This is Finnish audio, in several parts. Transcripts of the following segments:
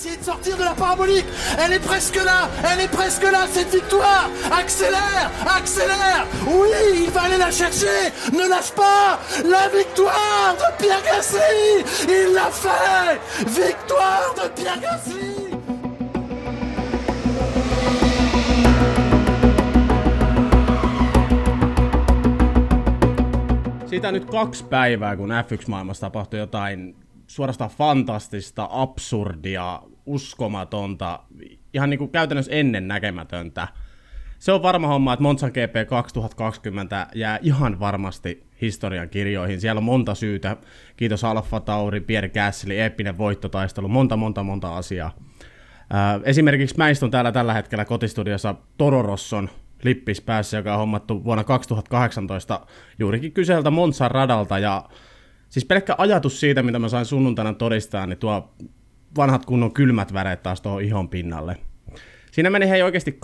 essayer de sortir de la parabolique. Elle est presque là, cette victoire. Accélère. Oui, il va aller la chercher. Ne lâche pas. La victoire de Pierre Gasly. Il l'a fait. Victoire de Pierre Gasly. Siitä on nyt 2 päivää, kun F1-maailmassa tapahtui jotain suorastaan fantastista, absurdia, uskomatonta, ihan niin kuin käytännössä ennennäkemätöntä. Se on varma homma, että Monza GP 2020 jää ihan varmasti historian kirjoihin. Siellä on monta syytä. Kiitos Alfa Tauri, Pierre Gasly, eeppinen voittotaistelu, monta asiaa. Esimerkiksi mä istun täällä tällä hetkellä kotistudiossa Toro Rosson lippis päässä, joka on hommattu vuonna 2018 juurikin kyseeltä Monzan radalta. Ja siis pelkkä ajatus siitä, mitä mä sain sunnuntaina todistaa, niin tuo vanhat kunnon kylmät väreet taas tuohon ihon pinnalle. Siinä meni hei oikeasti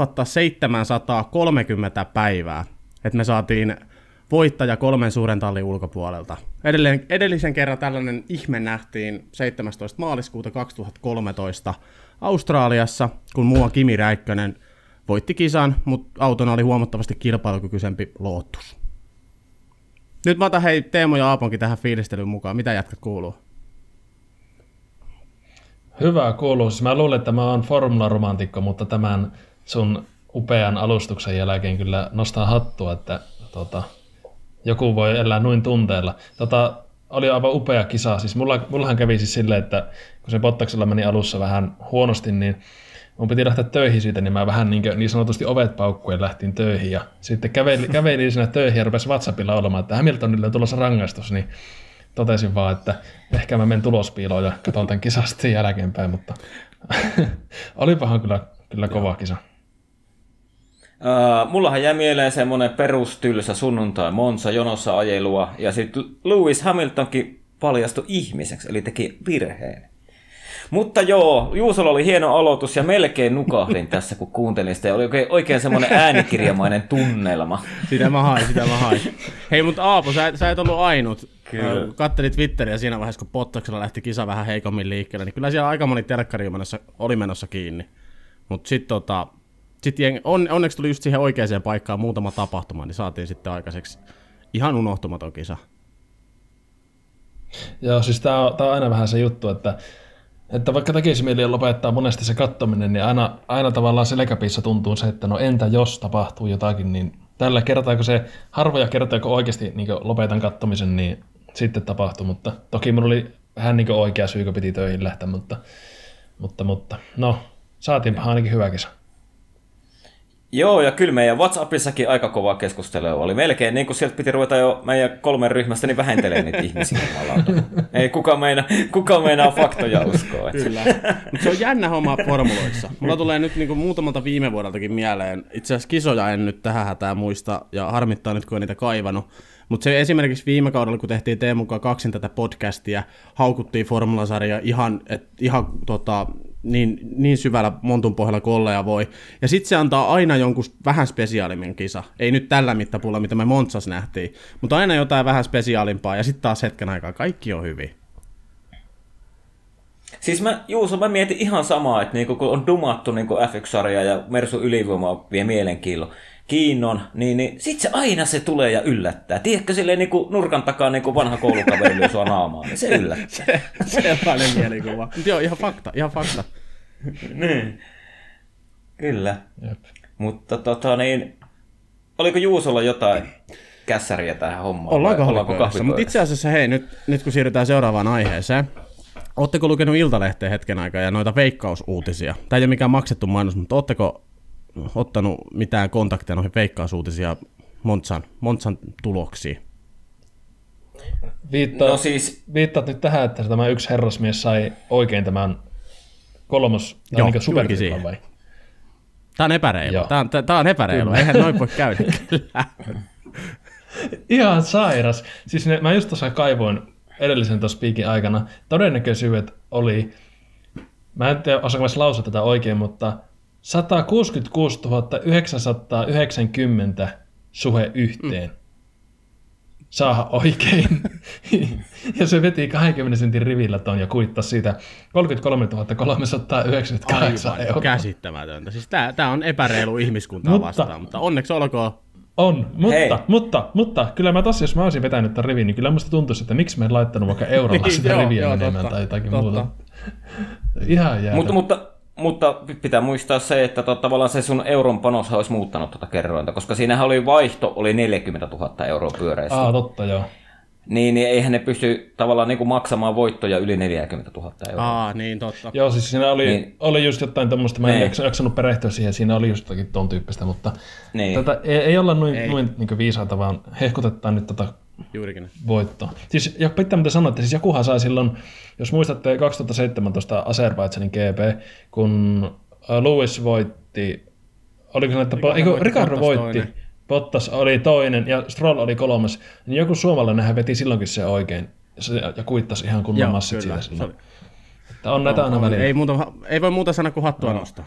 2730 päivää, että me saatiin voittaja 3 suuren tallin ulkopuolelta. Edellisen kerran tällainen ihme nähtiin 17. maaliskuuta 2013 Australiassa, kun mua Kimi Räikkönen voitti kisan, mutta autona oli huomattavasti kilpailukykyisempi Lotus. Nyt mä otan hei Teemu ja Aaponkin tähän fiilistelyyn mukaan. Mitä jätkät kuuluu? Hyvä kuuluu. Siis mä luulen, että mä oon formularomantikko, mutta tämän sun upean alustuksen jälkeen kyllä nostaa hattua, että joku voi elää noin tunteella. Oli aivan upea kisa. Siis mullahan kävi siis silleen, että kun se Bottaksella meni alussa vähän huonosti, niin mun piti lähteä töihin siitä, niin mä vähän niin sanotusti ovet paukkuen lähtin töihin. Ja sitten kävelin siinä töihin ja rupesi WhatsAppilla olemaan, että Hamiltonille on tulossa rangaistus, niin totesin vaan, että ehkä mä menen tulospiiloon ja katson tämän kisasta jälkeenpäin, mutta olipahan kyllä kova kisa. Mullahan jää mieleen semmoinen perustylsä sunnuntai Monza jonossa ajelua, ja sitten Lewis Hamiltonkin paljastui ihmiseksi, eli teki virheen. Mutta joo, Juusolla oli hieno aloitus ja melkein nukahdin tässä, kun kuuntelin sitä. Oli oikein semmoinen äänikirjamainen tunnelma. Sitä mä hain. Hei, mutta Aapo, sä et ollut ainut. Kattelin Twitteriä siinä vaiheessa, kun Bottaksella lähti kisa vähän heikommin liikkeelle, niin kyllä siellä aika moni terkkari oli menossa kiinni. Mutta sitten onneksi tuli just siihen oikeaan paikkaan muutama tapahtuma, niin saatiin sitten aikaiseksi ihan unohtumaton kisa. Joo, siis tää on aina vähän se juttu, että vaikka tekisi mieli lopettaa monesti se katsominen, niin aina tavallaan selkäpiissä tuntuu se, että no entä jos tapahtuu jotakin, niin tällä kertaa, kun se harvoja kertoja, kun oikeasti niin lopetan katsomisen, niin sitten tapahtuu, mutta toki minulla oli vähän niin oikea syy, kun piti töihin lähteä, mutta no, saatiinpa ainakin hyvä kisa. Joo, ja kyllä meidän WhatsAppissakin aika kova keskustelua oli. Melkein niin kuin sieltä piti ruveta jo meidän 3 ryhmästä niin vähentelemään niitä ihmisiä. Ei kuka meinaa faktoja uskoa. Kyllä, mutta se on jännä homma formuloissa. Mulla tulee nyt niin kuin muutamalta viime vuodeltakin mieleen. Itse asiassa kisoja en nyt tähän hätään muista, ja harmittaa nyt, kun en niitä kaivannut. Mutta se esimerkiksi viime kaudella, kun tehtiin Teemun kanssa kaksin tätä podcastia, haukuttiin formulasarjaa ihan niin syvällä montun pohjalla kuin olla ja voi. Ja sitten se antaa aina jonkun vähän spesiaalimman kisa. Ei nyt tällä mittapuulla, mitä me Monzassa nähtiin, mutta aina jotain vähän spesiaalimpaa, ja sitten taas hetken aikaa kaikki on hyvin. Siis mä mietin ihan samaa, että niinku, kun on dumattu niinku F1-sarja ja Mersu ylivoima vie mielenkiinnon, niin sit se aina se tulee ja yllättää. Tiedätkö, silleen niinku nurkan takaa niinku vanha koulukaveri lyö sua naamaan, niin se yllättää. Sellainen mielikuva. Mutta joo, ihan fakta. Niin. Kyllä. Jep. Mutta oliko Juusolla jotain kässäriä tähän hommaan? Ollaanko kahvipöydässä? Mutta itse asiassa hei, nyt kun siirrytään seuraavaan aiheeseen. Ootteko lukenut Iltalehteen hetken aikaa ja noita veikkausuutisia? Tämä ei ole mikään maksettu mainos, mutta ootteko ottanut mitään kontakteja noihin veikkausuutisia Monzan tuloksiin? Viittaat nyt tähän, että tämä yksi herrasmies sai oikein tämän niin supertitlan vai? Tämä on epäreilu. Tämä on epäreilu. Eihän noin voi käydä. Ihan sairas. Siis mä just tuossa kaivoin edellisen tuossa spiikin aikana. Todennäköisyydet oli, mä en tiedä osaanko mä lausua tätä oikein, mutta 166 990 suhe yhteen. Saada oikein. Ja se veti 20 sentin rivillä ton ja kuittasi siitä 33 398 Aivan euroa. käsittämätöntä. Siis tää on epäreilu ihmiskuntaa vastaan, mutta onneksi olkoon. On, mutta kyllä mä tossa, jos mä olisin vetänyt tämän rivin, niin kyllä musta tuntuisi, että miksi mä en laittanut vaikka eurolla Niin, sitä joo, riviä joo, menemään totta, tai jotakin totta. muuta. Ihan jäätä. Mutta pitää muistaa se, että tavallaan se sun euron panos olisi muuttanut tuota kerrointa, koska siinähän oli vaihto, oli 40 000 euroa pyöreästi. Totta, joo. Niin eihän ne pysty tavallaan niin kuin maksamaan voittoja yli 40 000 euroa. Niin totta. Joo, siis siinä oli just jotain tämmöistä, mä en Niin. jaksanut perehtyä siihen, siinä oli just jotakin ton tyyppistä, mutta Niin. tätä ei olla noin niin viisaita, vaan hehkutetaan nyt tätä Juurikin. voittoa. Siis, ja pitää mitä sanoa, että siis jokuhan sai silloin, jos muistatte 2017 Azerbaidžanin GP, kun Lewis voitti, oliko se, että Ricardo voitti, toinen. Bottas oli toinen ja Stroll oli kolmas, niin joku suomalainenhän veti silloinkin se oikein ja kuittasi ihan kunnon massit siitä silloin. Että on näitä aina välillä. Ei voi muuta sanoa kuin hattua nostaa.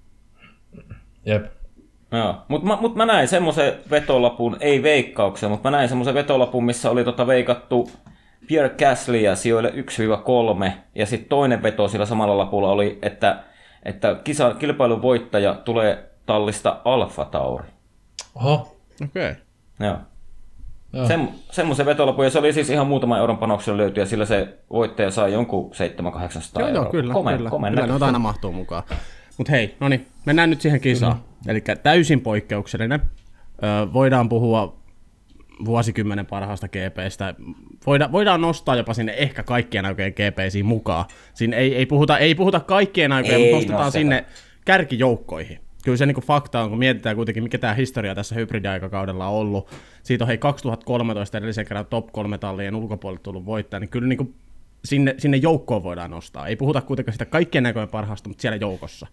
Jep. Joo, mutta mä näin semmoisen vetolapun, ei veikkauksen, mutta mä näin semmoisen vetolapun, missä oli veikattu Pierre Gaslyä sijoille 1-3, ja sitten toinen veto sillä samalla lapulla oli, että kilpailun voittaja tulee tallista Alfa Tauri. Oho. Okei. Joo. Semmoisen vetolapun, ja se oli siis ihan muutaman euron panoksella löytyy, ja sillä se voittaja sai jonkun 700-800 euroa. Joo, kyllä. Kyllä ne aina mahtuu mukaan. Mutta hei, no niin, mennään nyt siihen kisaan. Eli täysin poikkeuksellinen. Voidaan puhua vuosikymmenen parhaasta GPstä. Voidaan nostaa jopa sinne ehkä kaikkien aikojen GPsiin mukaan. Siinä ei puhuta kaikkien aikojen, mutta nostetaan sinne kärkijoukkoihin. Kyllä se niin kuin fakta on, kun mietitään kuitenkin, mikä tämä historia tässä hybridiaikakaudella on ollut. Siitä on 2013 edellisen kerran top 3 tallien ulkopuolelle tullut voittaja, niin kyllä niin kuin sinne joukkoon voidaan nostaa. Ei puhuta kuitenkaan sitä kaikkien näköjen parhaasta, mutta siellä joukossa.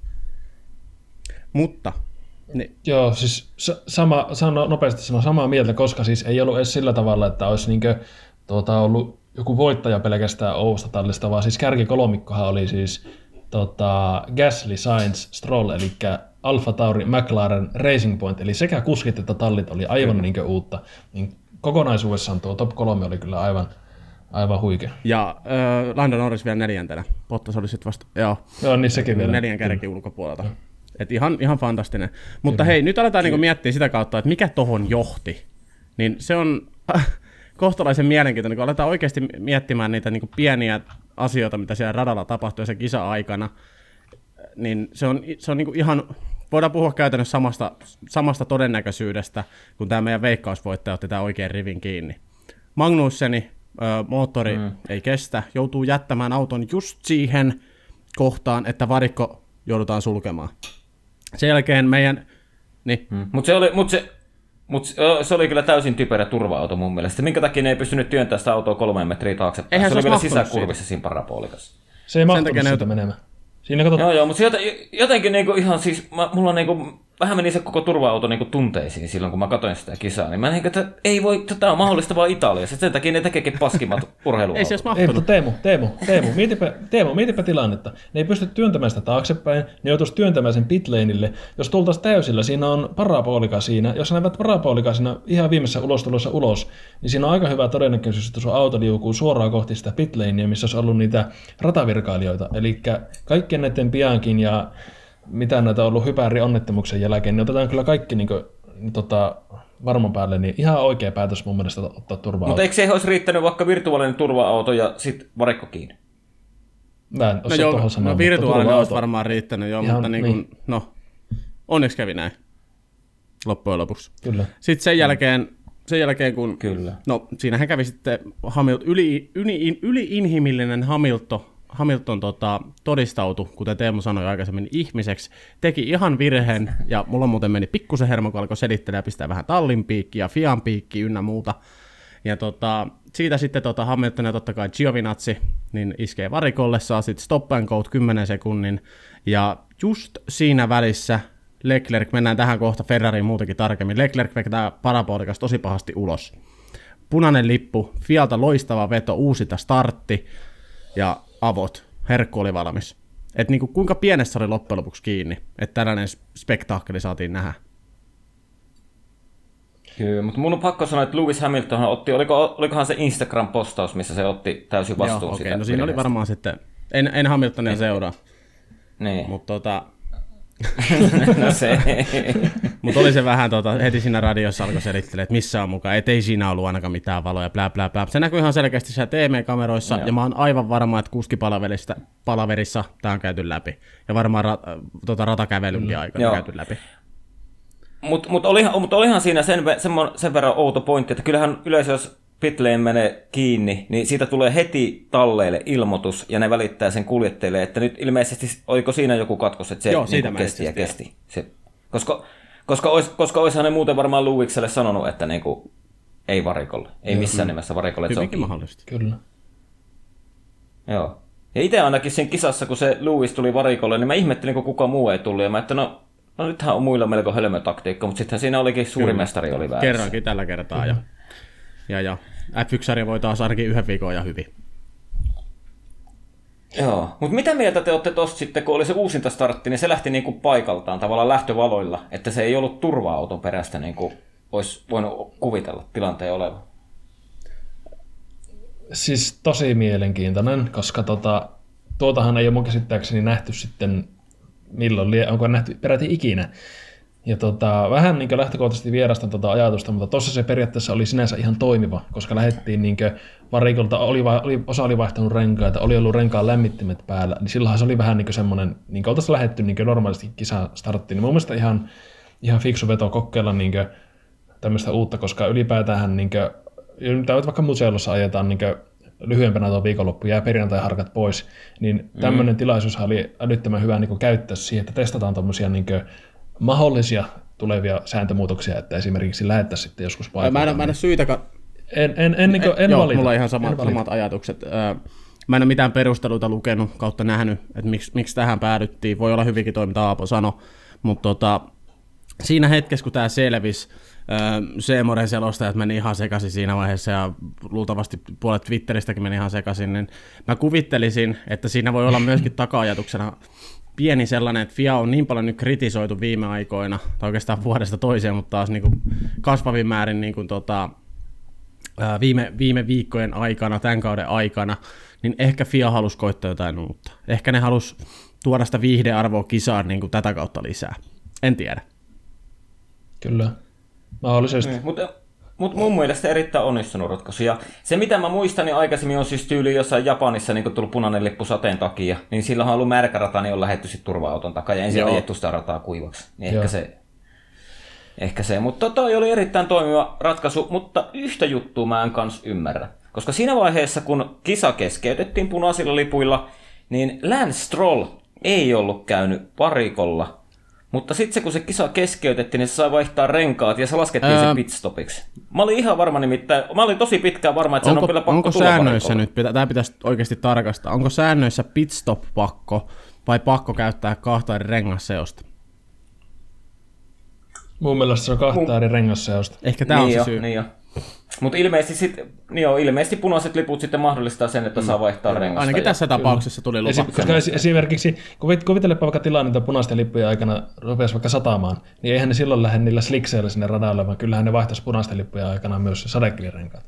Mutta Joo, siis nopeasti sanoa samaa mieltä, koska siis ei ollut edes sillä tavalla, että olisi ollut joku voittaja pelkästään Ousta tallista, vaan siis kärkikolmikkohan oli siis Gasly, Sainz, Stroll, eli Alfa Tauri, McLaren, Racing Point, eli sekä kuskit että tallit oli aivan niin kuin uutta. Niin kokonaisuudessaan tuo top 3 oli kyllä aivan huikea. Ja Lando Norris vielä 4. Bottas oli sitten vasta, Joo, niin sekin vielä. 4 kärki ulkopuolelta. Et ihan fantastinen. Mutta hei, nyt aletaan niinku miettiä sitä kautta, että mikä tohon johti. Niin se on kohtalaisen mielenkiintoinen, kun aletaan oikeasti miettimään niitä niinku pieniä asioita, mitä siellä radalla tapahtui sen kisa-aikana. Niin se on niinku ihan, voidaan puhua käytännössä samasta todennäköisyydestä, kun tämä meidän veikkausvoittaja otti tämän oikein rivin kiinni. Magnusseni moottori ei kestä, joutuu jättämään auton just siihen kohtaan, että varikko joudutaan sulkemaan. Sen jälkeen meidän... Niin. Se oli kyllä täysin typerä turva-auto mun mielestä. Minkä takia ne ei pystynyt työntämään sitä autoa 3 metriä taaksepäin? Eihän se oli se vielä olisi sisäkurvissa siinä parabolikassa. Se ei mahtunut siitä menemään. Siinä Joo, mutta jotenkin niinku ihan siis, mulla niinku, vähän meni se koko turva-auto niinku tunteisiin silloin, kun mä katsoin sitä kisaa. Niin mä niinku, että ei voi, tätä on mahdollista vaan Italiassa. Sen takia ne tekeekin paskimmat urheiluautot. Ei se olisi Ei, mahtunut. mutta mietipä tilannetta. Ne ei pysty työntämään sitä taaksepäin, ne joutuisi työntämään sen pitlaneille. Jos tultaisiin täysillä, siinä on parabolika siinä. Jos näivät parabolika siinä ihan viimeisessä ulostulossa ulos, niin siinä on aika hyvä todennäköisyys, että sun auto liukuu suoraan kohti sitä pitlanea, missä olisi ollut niitä ratavirkailijoita. Eli kaikkien näiden Bianchin ja mitä näitä on ollut hypäri-onnettomuuksen jälkeen, niin otetaan kyllä kaikki varman päälle, niin ihan oikea päätös mun mielestä ottaa turva-auto. Mutta eikö se olisi riittänyt vaikka virtuaalinen turva-auto ja sitten varikko kiinni? Mä en osaa tuohon sanoa, virtuaalinen olisi varmaan riittänyt, joo, ihan, mutta niin. Onneksi kävi näin loppujen lopuksi. Kyllä. Sitten sen jälkeen kun... Kyllä. No, siinähän kävi sitten yli-inhimillinen Hamilton todistautui, kuten Teemu sanoi aikaisemmin, ihmiseksi, teki ihan virheen, ja mulla muuten meni pikkusen hermo, kun alkoi selittelee ja pistää vähän tallin piikkiä, Fian piikkiä ynnä muuta. Ja siitä sitten Hamilton ja totta kai Giovinazzi niin iskee varikolle, saa sitten stop and go 10 sekunnin, ja just siinä välissä Leclerc, mennään tähän kohta Ferrariin muutenkin tarkemmin, Leclerc vetää parabolikasta tosi pahasti ulos. Punainen lippu, Fialta loistava veto, uusita startti, ja avot, herkku oli valmis. Että niinku, kuinka pienessä oli loppujen lopuksi kiinni, että tällainen spektaakkeli saatiin nähdä. Kyllä, mutta mun on pakko sanoa, että Lewis Hamilton otti, olikohan se Instagram-postaus, missä se otti täysin vastuun Joo, sitä. okay. No siinä oli varmaan sitten, en Hamiltonia seuraa, niin. mutta no se. Mutta oli se vähän heti siinä radiossa alkoi selittelemään, että missä on mukaan, ei siinä ollut ainakaan mitään valoja, blää blää blää. Se näkyy ihan selkeästi siellä TV-kameroissa, ja mä oon aivan varma, että kuskipalaverissa tää on käyty läpi. Ja varmaan ratakävelynkin aikana käyty läpi. Mutta olihan siinä sen verran outo pointti, että kyllähän yleensä jos pitlane menee kiinni, niin siitä tulee heti talleille ilmoitus, ja ne välittää sen kuljettajille, että nyt ilmeisesti, oliko siinä joku katkos, että se niin kesti ja kesti. Koska olisihan ne muuten varmaan Lewiselle sanonut, että niin kuin, ei varikolle, ei missään nimessä varikolle. Hyvinkin mahdollisesti. Kyllä. Joo. Ja itse ainakin siinä kisassa, kun se Lewis tuli varikolle, niin mä ihmettelin, kun kuka muu ei tullut, ja mä että no nythän on muilla melko hölmötaktiikka, mutta sittenhän siinä olikin suuri mestari oli väärässä. Kerrankin tällä kertaa, ja F1-sarja voi taas ainakin 1 viikon ja hyvin. Joo, mutta mitä mieltä te olette tosta sitten, kun oli se uusinta startti, niin se lähti niinku paikaltaan tavallaan lähtövaloilla, että se ei ollut turva-auton perästä, niin kuin olisi voinut kuvitella tilanteen olevan? Siis tosi mielenkiintoinen, koska tuotahan ei ole mun käsittääkseni nähty sitten milloin, onko nähty peräti ikinä. Ja vähän niin lähtökohtaisesti vierastan ajatusta, mutta tuossa se periaatteessa oli sinänsä ihan toimiva, koska lähdettiin niin varikolta, osa oli vaihtanut renkaita, oli ollut renkaan lämmittimet päällä, niin silloinhan se oli vähän niin semmoinen, niin oltaisiin lähdetty niin normaalisti kisastarttiin. Niin mun mielestä ihan fiksu veto kokeilla niin tämmöistä uutta, koska ylipäätään, niin vaikka museolossa ajetaan niin lyhyempänä tuo viikonloppu, jää perjantai-harkat pois, niin tämmöinen tilaisuus oli älyttömän hyvä niin käyttää siihen, että testataan tuommoisia niin mahdollisia tulevia sääntömuutoksia, että esimerkiksi lähettäisiin sitten joskus paikalle. Mä en syytä... En valita. Mulla on ihan samat ajatukset. Mä en ole mitään perusteluita lukenut kautta nähnyt, että miksi tähän päädyttiin. Voi olla hyvinkin toiminta, Aapo sanoi. Mutta siinä hetkessä, kun tämä selvisi, Seemoren selostajat meni ihan sekaisin siinä vaiheessa, ja luultavasti puolet Twitteristäkin meni ihan sekaisin, niin mä kuvittelisin, että siinä voi olla myöskin taka-ajatuksena pieni sellainen, että FIA on niin paljon nyt kritisoitu viime aikoina, tai oikeastaan vuodesta toiseen, mutta taas niin kuin kasvavin määrin niin kuin viime viikkojen aikana, tämän kauden aikana, niin ehkä FIA halusi koittaa jotain uutta. Ehkä ne halusi tuoda sitä viihdearvoa kisaan niin kuin tätä kautta lisää. En tiedä. Kyllä. Mahdollisesti. Mutta mun mielestä erittäin onnistunut ratkaisu. Ja se mitä mä muistan, niin aikaisemmin on siis tyyli jossain Japanissa niin tullut punainen lippu sateen takia, niin silloin on ollut märkä rata, niin on lähdetty sitten turva-auton takaa ja ensin ajettu sitä rataa kuivaksi. Niin ehkä se. Mutta toi oli erittäin toimiva ratkaisu, mutta yhtä juttua mä en kans ymmärrä. Koska siinä vaiheessa, kun kisa keskeytettiin punaisilla lipuilla, niin Lance Stroll ei ollut käynyt varikolla. Mutta sitten kun se kisa keskeytettiin, niin se sai vaihtaa renkaat ja se laskettiin se pitstopiksi. Mä olin ihan varma nimittäin, mä olin tosi pitkään varma, että se on kyllä pakko tulla säännöissä nyt, tämä pitäisi oikeasti tarkastaa, onko säännöissä pitstop pakko vai pakko käyttää 2 eri rengasseosta? Mun mielestä se on 2 eri rengasseosta. Ehkä tämä on se syy. Niin mutta ilmeisesti punaiset liput sitten mahdollistaa sen, että saa vaihtaa rengasta. Ainakin tässä tapauksessa tuli lupa. Koska esimerkiksi, kuvitelepa vaikka tilanne, että punaisten lippujen aikana rupesi vaikka satamaan, niin eihän ne silloin lähde niillä slikseillä sinne radalle, vaan kyllähän ne vaihtaisi punaisten lippujen aikana myös sadekivirenkaat.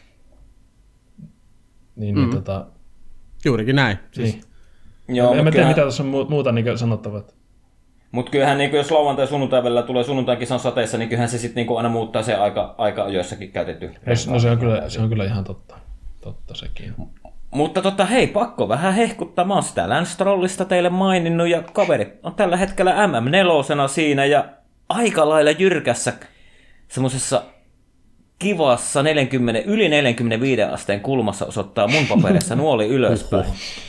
Juurikin näin. Siis. Niin. Joo, en tiedä, mitä tässä on muuta niin sanottavaa. Mutta kyllähän niin jos lauantai sunnuntai välillä tulee sunnuntaikisan sateessa, niin kyllähän se sitten niin aina muuttaa se aika ajoissakin käytetty. No se on kyllä ihan totta sekin. Mutta hei, pakko vähän hehkuttaa. Mä oon sitä Lance Strollista teille maininnut ja kaveri on tällä hetkellä MM4 siinä ja aika lailla jyrkässä semmosessa kivassa yli 45 asteen kulmassa osoittaa mun paperissa nuoli ylöspäin.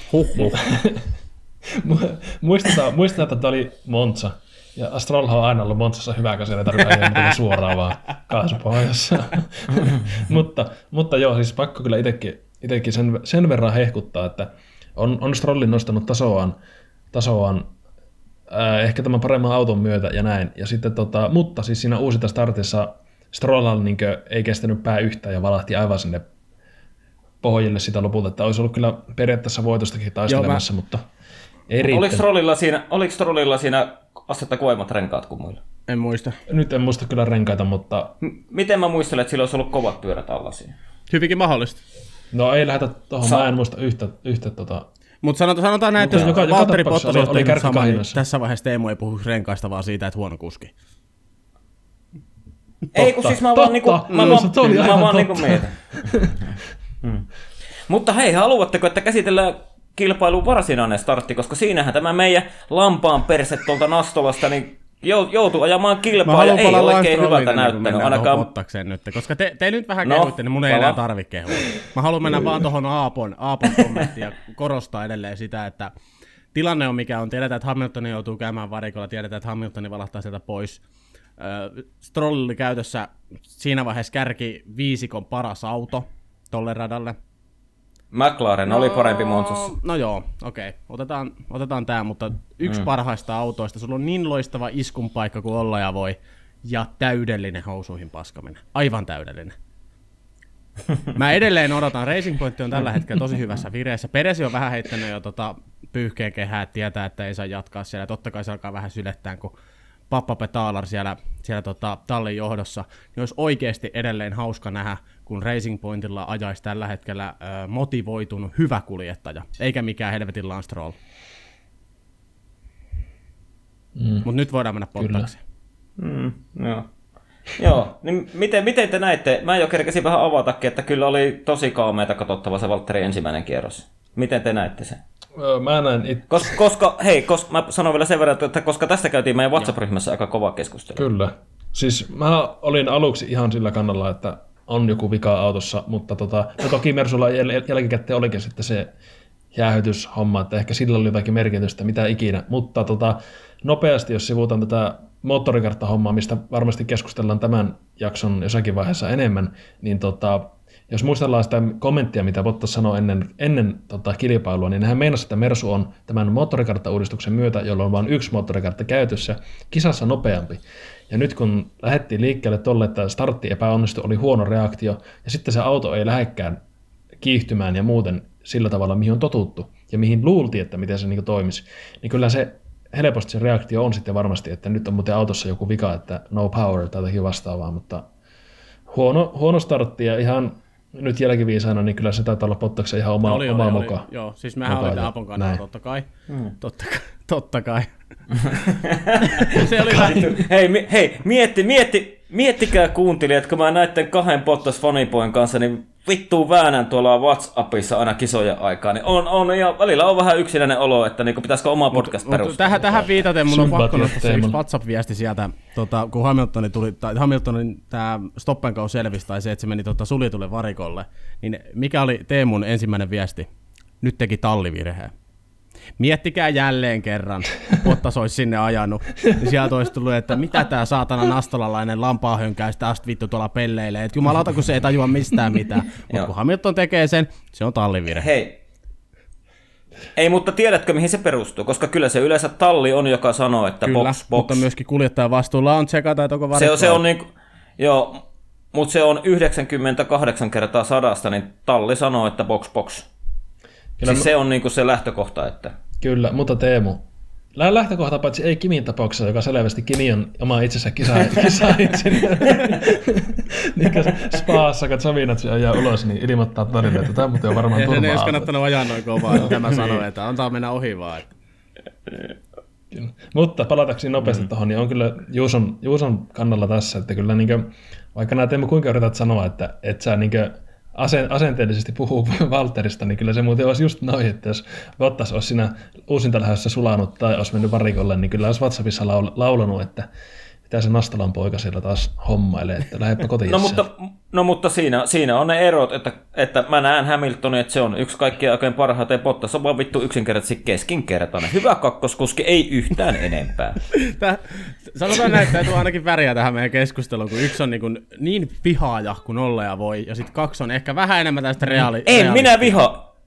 Muistetaan, että tämä oli Monza. Ja Strollhan on aina ollut Monzassa hyvä, koska se ei tarvitse ajaa suoraan vaan kaasupohjassa. mutta joo, siis pakko kyllä itsekin sen verran hehkuttaa, että on Strollin nostanut tasoaan ehkä tämän paremman auton myötä ja näin. Ja sitten, mutta siis siinä uusita startissa Strollalla niin ei kestänyt pää yhtään ja valahti aivan sinne pohjille sitä lopulta, että olisi ollut kyllä periaatteessa voitostakin taistelemassa, mutta Oliko Strollilla siinä astetta kovemmat renkaat kuin muilla? En muista. Nyt en muista kyllä renkaita, mutta... Miten mä muistelen, että sillä olisi ollut kovat pyörät alla siinä? Hyvinkin mahdollista. No ei lähdetä tuohon, mä en muista yhtä Mutta sanotaan näin, että jos Valtteri Bottas oli sama, niin tässä vaiheessa Teemu ei puhu renkaista, vaan siitä, että huono kuski. Ei, kun siis mä vaan niinku meitä. Mutta hei, haluatteko, että käsitellään kilpailun varsinainen startti, koska siinähän tämä meidän lampaan perse tuolta Nastolasta niin joutuu ajamaan kilpaa ja ei oikein hyvältä näyttänyt. Ainakaan Bottakseen nyt, koska te nyt vähän kehuitte, niin mun ei enää tarvitse kehua. Mä haluan mennä vaan tuohon Aapon kommenttiin ja korostaa edelleen sitä, että tilanne on mikä on. Tiedetään, että Hamilton joutuu käymään varikolla, tiedetään, että Hamilton valahtaa sieltä pois. Stroll oli käytössä siinä vaiheessa kärki viisikon paras auto tolle radalle. McLaren oli parempi Monsassa. No joo, okei. Otetaan tämä, mutta yksi parhaista autoista. Sulla on niin loistava iskun paikka kuin olla ja voi, ja täydellinen housuihin paskaminen. Aivan täydellinen. Mä edelleen odotan. Racing Point on tällä hetkellä tosi hyvässä vireessä. Peresi on vähän heittänyt jo pyyhkeen kehää, että tietää, että ei saa jatkaa siellä. Totta kai se alkaa vähän sylettää, kun Pappa Petalar siellä tallin johdossa, niin olisi oikeasti edelleen hauska nähdä, kun Racing Pointilla ajaisi tällä hetkellä motivoitunut hyvä kuljettaja, eikä mikään helvetin Lance Stroll. Mutta nyt voidaan mennä Bottakseen. Joo, niin miten te näitte? Mä jo kerkesin vähän avatakin, että kyllä oli tosi kaameita katsottava se Valtterin ensimmäinen kierros. Miten te näitte sen? Mä näen itse. Koska mä sanon vielä sen verran, että koska tästä käytiin meidän WhatsApp-ryhmässä aika kova keskustelu. Kyllä. Siis mä olin aluksi ihan sillä kannalla, että on joku vika autossa, mutta no toki Mersulla jälkikäteen olikin sitten se jäähytyshomma, että ehkä sillä oli jotakin merkitystä, mitä ikinä. Mutta nopeasti, jos sivuutan tätä moottorikartta-hommaa, mistä varmasti keskustellaan tämän jakson jossakin vaiheessa enemmän, niin jos muistellaan sitä kommenttia, mitä Bottas sanoi ennen kilpailua, niin hän meinasi, että Mersu on tämän moottorikartta-uudistuksen myötä, jolloin on vain yksi moottorikartta käytössä, kisassa nopeampi. Ja nyt kun lähdettiin liikkeelle tolle, että startti epäonnistui, oli huono reaktio, ja sitten se auto ei lähdekään kiihtymään ja muuten sillä tavalla, mihin on totuttu, ja mihin luultiin, että miten se toimisi, niin kyllä se helposti se reaktio on sitten varmasti, että nyt on muuten autossa joku vika, että no power tai jotakin vastaavaa, mutta huono startti ja ihan nyt jälkiviisaana, niin kyllä se taitaa olla Bottaksen ihan oma moka. Joo, siis mehän oli Apon kannalla, totta kai. Se oli hei, miettikää kuuntelijat, kun mä näitten kahden Bottas-fanipojen kanssa, niin vittuun väänän tuolla WhatsAppissa aina kisojen aikaa, niin on ja välillä on vähän yksinäinen olo, että niin pitäisikö oma podcast perustaa. Tähän viitaten mun on pakko nostaa se yksi WhatsApp-viesti sieltä, kun Hamiltonin tämä stop and go selvisi, tai se, että se meni suljetulle varikolle, niin mikä oli Teemun ensimmäinen viesti? Nyt teki tallivirheen. Miettikää jälleen kerran, Bottas olisi sinne ajanut, niin sieltä olisi tullut, että mitä tää saatana nastolalainen lampaahönkäys tästä vittu tuolla pelleilee, että jumalauta kun se ei tajua mistään mitään, mutta kun Hamilton tekee sen, se on tallivirhe. Hei, ei, mutta tiedätkö mihin se perustuu, koska kyllä se yleensä talli on, joka sanoo, että kyllä, box. Mutta myöskin kuljettajan vastuulla on tsekata, että onko varikkoa. Se on niin, joo, mutta se on 98 kertaa 100, niin talli sanoo, että box. Kyllä siis se on niinku se lähtökohta, että... Kyllä, mutta Teemu, lähtökohta paitsi ei Kimin tapauksessa, joka selvästi Kimi on oma itsensä kisainsinööri. Niin kuin Spaassa, kun Giovinazzi ajaa ulos, niin ilmoittaa todelle, että tämä muuten on varmaan turvaa. Ei olisi kannattanut ajaa noin kovaa, että tämä sanoo, että antaa mennä ohi vaan. Kyllä. Mutta palatakseni nopeasti tuohon, niin on kyllä Juuson kannalla tässä, että kyllä niin kuin, vaikka nämä Teemu kuinka yrität sanoa, että et sä niin kuin, asenteellisesti puhuu Valtterista, niin kyllä se muuten olisi just noin, että jos Bottas olisi siinä uusintalähdössä sulanut tai olisi mennyt varikolle, niin kyllä olisi WhatsAppissa laulanut, että mitä se Nastolan poika siellä taas hommailee, että lähdepä kotiin. Mutta siinä on ne erot, että mä näen Hamiltonin, että se on yksi kaikkien oikein parhaiten, Bottas on vaan vittu yksinkertaisesti keskinkertainen. Hyvä kakkoskuski, ei yhtään enempää. Sanotaan näin, että tuo ainakin väriä tähän meidän keskusteluun, kun yksi on niin vihaaja kuin olla ja voi, ja sitten kaksi on ehkä vähän enemmän tästä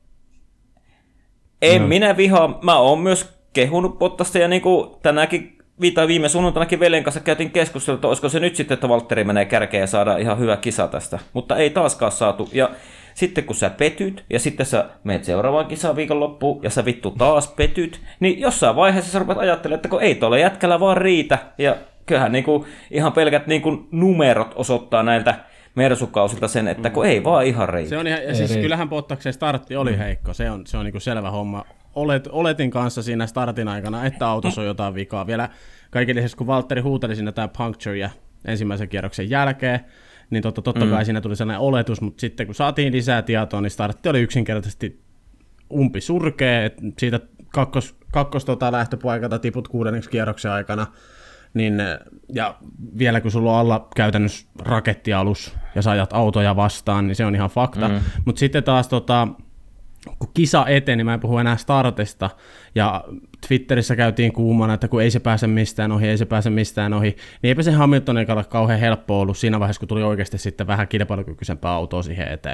minä vihaa. Mä oon myös kehunut Bottasta ja niinku tänäänkin viime sunnuntainakin veljen kanssa käytiin keskustelua, että olisiko se nyt sitten, että Valtteri menee kärkeen ja saadaan ihan hyvä kisa tästä. Mutta ei taaskaan saatu. Ja sitten kun sä petyt ja sitten sä menet seuraavaan kisaan viikonloppuun ja sä vittu taas petyt, niin jossain vaiheessa sä rupeat ajattelemaan, että kun ei tuolla jätkällä vaan riitä. Ja kyllähän niinku ihan pelkät niinku numerot osoittaa näiltä Mersukausilta sen, että kun ei vaan ihan riitä. Se on ihan, ja siis kyllähän Bottaksen startti oli heikko, se on niinku selvä homma. Oletin kanssa siinä startin aikana, että autossa on jotain vikaa. Vielä kaiken lisäksi, kun Valtteri huuteli siinä tämä puncture ensimmäisen kierroksen jälkeen, niin totta kai siinä tuli sellainen oletus, mutta sitten kun saatiin lisää tietoa, niin startti oli yksinkertaisesti umpisurkea, että siitä kakkos lähtöpaikalta tiput 6. kierroksen aikana, niin, ja vielä kun sulla on alla käytännössä rakettialus ja sä ajat autoja vastaan, niin se on ihan fakta. Mutta sitten taas kun kisa eteni, mä en puhu enää startista, ja Twitterissä käytiin kuumana, että kun ei se pääse mistään ohi, niin eipä se Hamiltonin ole kauhean helppo ollut siinä vaiheessa, kun tuli oikeasti sitten vähän kilpailukykyisempää autoa siihen eteen.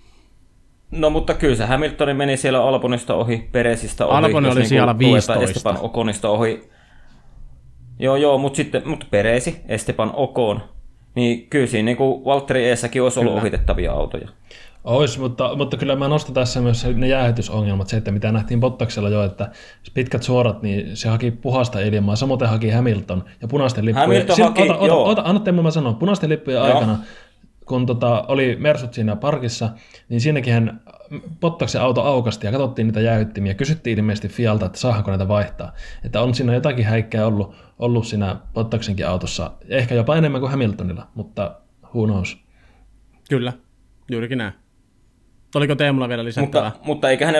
No mutta kyllä se Hamiltonin meni siellä Albonista ohi, Peresistä ohi. Albon oli siellä 15. Esteban Oconista ohi. Joo, mutta Peresi, Esteban Ocon, niin kyllä siinä niin kuin Valtteri eessäkin olisi ollut ohitettavia autoja. Ois, mutta kyllä mä nostan tässä myös ne jäähytysongelmat, se, että mitä nähtiin Bottaksella jo, että pitkät suorat, niin se haki puhasta ilmaa, samoin haki Hamilton ja punaisten lippujen. Annatte mä sanon, punaisten lippujen aikana, kun oli Mersut siinä parkissa, niin siinäkin Bottaksen auto aukasti ja katsottiin niitä jäähyttimiä, kysyttiin ilmeisesti Fialta, että saahanko näitä vaihtaa. Että on siinä jotakin häikkää ollut siinä Bottaksenkin autossa, ehkä jopa enemmän kuin Hamiltonilla, mutta who knows. Kyllä, juurikin näin. Oliko Teemulla vielä lisättävää? Mutta eikä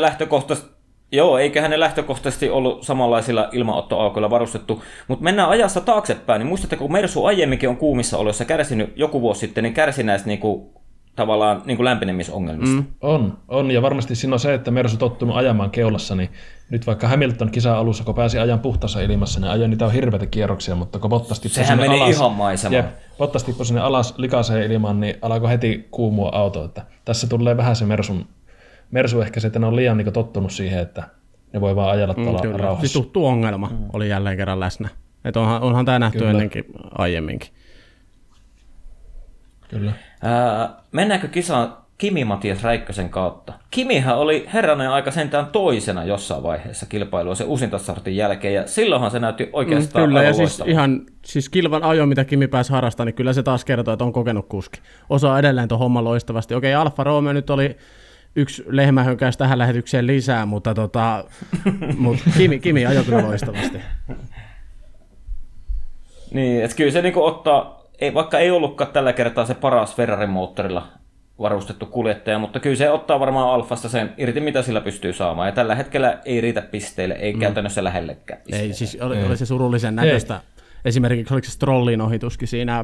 hänen lähtökohtaisesti ollut samanlaisilla ilmanottoaukoilla varustettu. Mutta mennään ajassa taaksepäin, niin muistatteko, kun Mersu aiemminkin on kuumissa oloissa kärsinyt joku vuosi sitten, niin kärsi näistä tavallaan lämpenemisongelmista. On, ja varmasti siinä on se, että Mersu tottunut ajamaan keulassa, niin nyt vaikka Hamilton kisa alussa, kun pääsi ajan puhtaassa ilmassa, niin ajoi niitä hirveitä kierroksia, mutta kun Bottas tippui sinne meni alas, ihan maisemaan. Bottas tippui sinne alas likaiseen ilmaan, niin alkoi heti kuumua auto. Että tässä tulee vähän se Mersu ehkä se, että ne on liian tottunut siihen, että ne voi vaan ajella tuolla rauhassa. Siis tuttu ongelma oli jälleen kerran läsnä. Että onhan tämä nähty ennenkin aiemminkin. Kyllä. Mennäänkö kisaan Kimi-Matias Räikkösen kautta? Kimihän oli herranen aika sentään toisena jossain vaiheessa kilpailua sen usintastartin jälkeen, ja silloinhan se näytti oikeastaan kyllä, aivan ja siis kilvan ajo, mitä Kimi pääsi harrastamaan, niin kyllä se taas kertoo, että on kokenut kuski. Osaa edelleen tuon homman loistavasti. Okei, Alfa Romeo nyt oli yksi lehmähönkäys tähän lähetykseen lisää, mutta Kimi ajoi kyllä loistavasti. Niin, että kyllä se ottaa, vaikka ei ollutkaan tällä kertaa se paras Ferrari-moottorilla varustettu kuljettaja, mutta kyllä se ottaa varmaan Alfasta sen irti, mitä sillä pystyy saamaan. Ja tällä hetkellä ei riitä pisteille, ei käytännössä lähellekään pisteille. Ei, siis oli se surullisen näköistä. Esimerkiksi oliko se Strollin ohituskin siinä,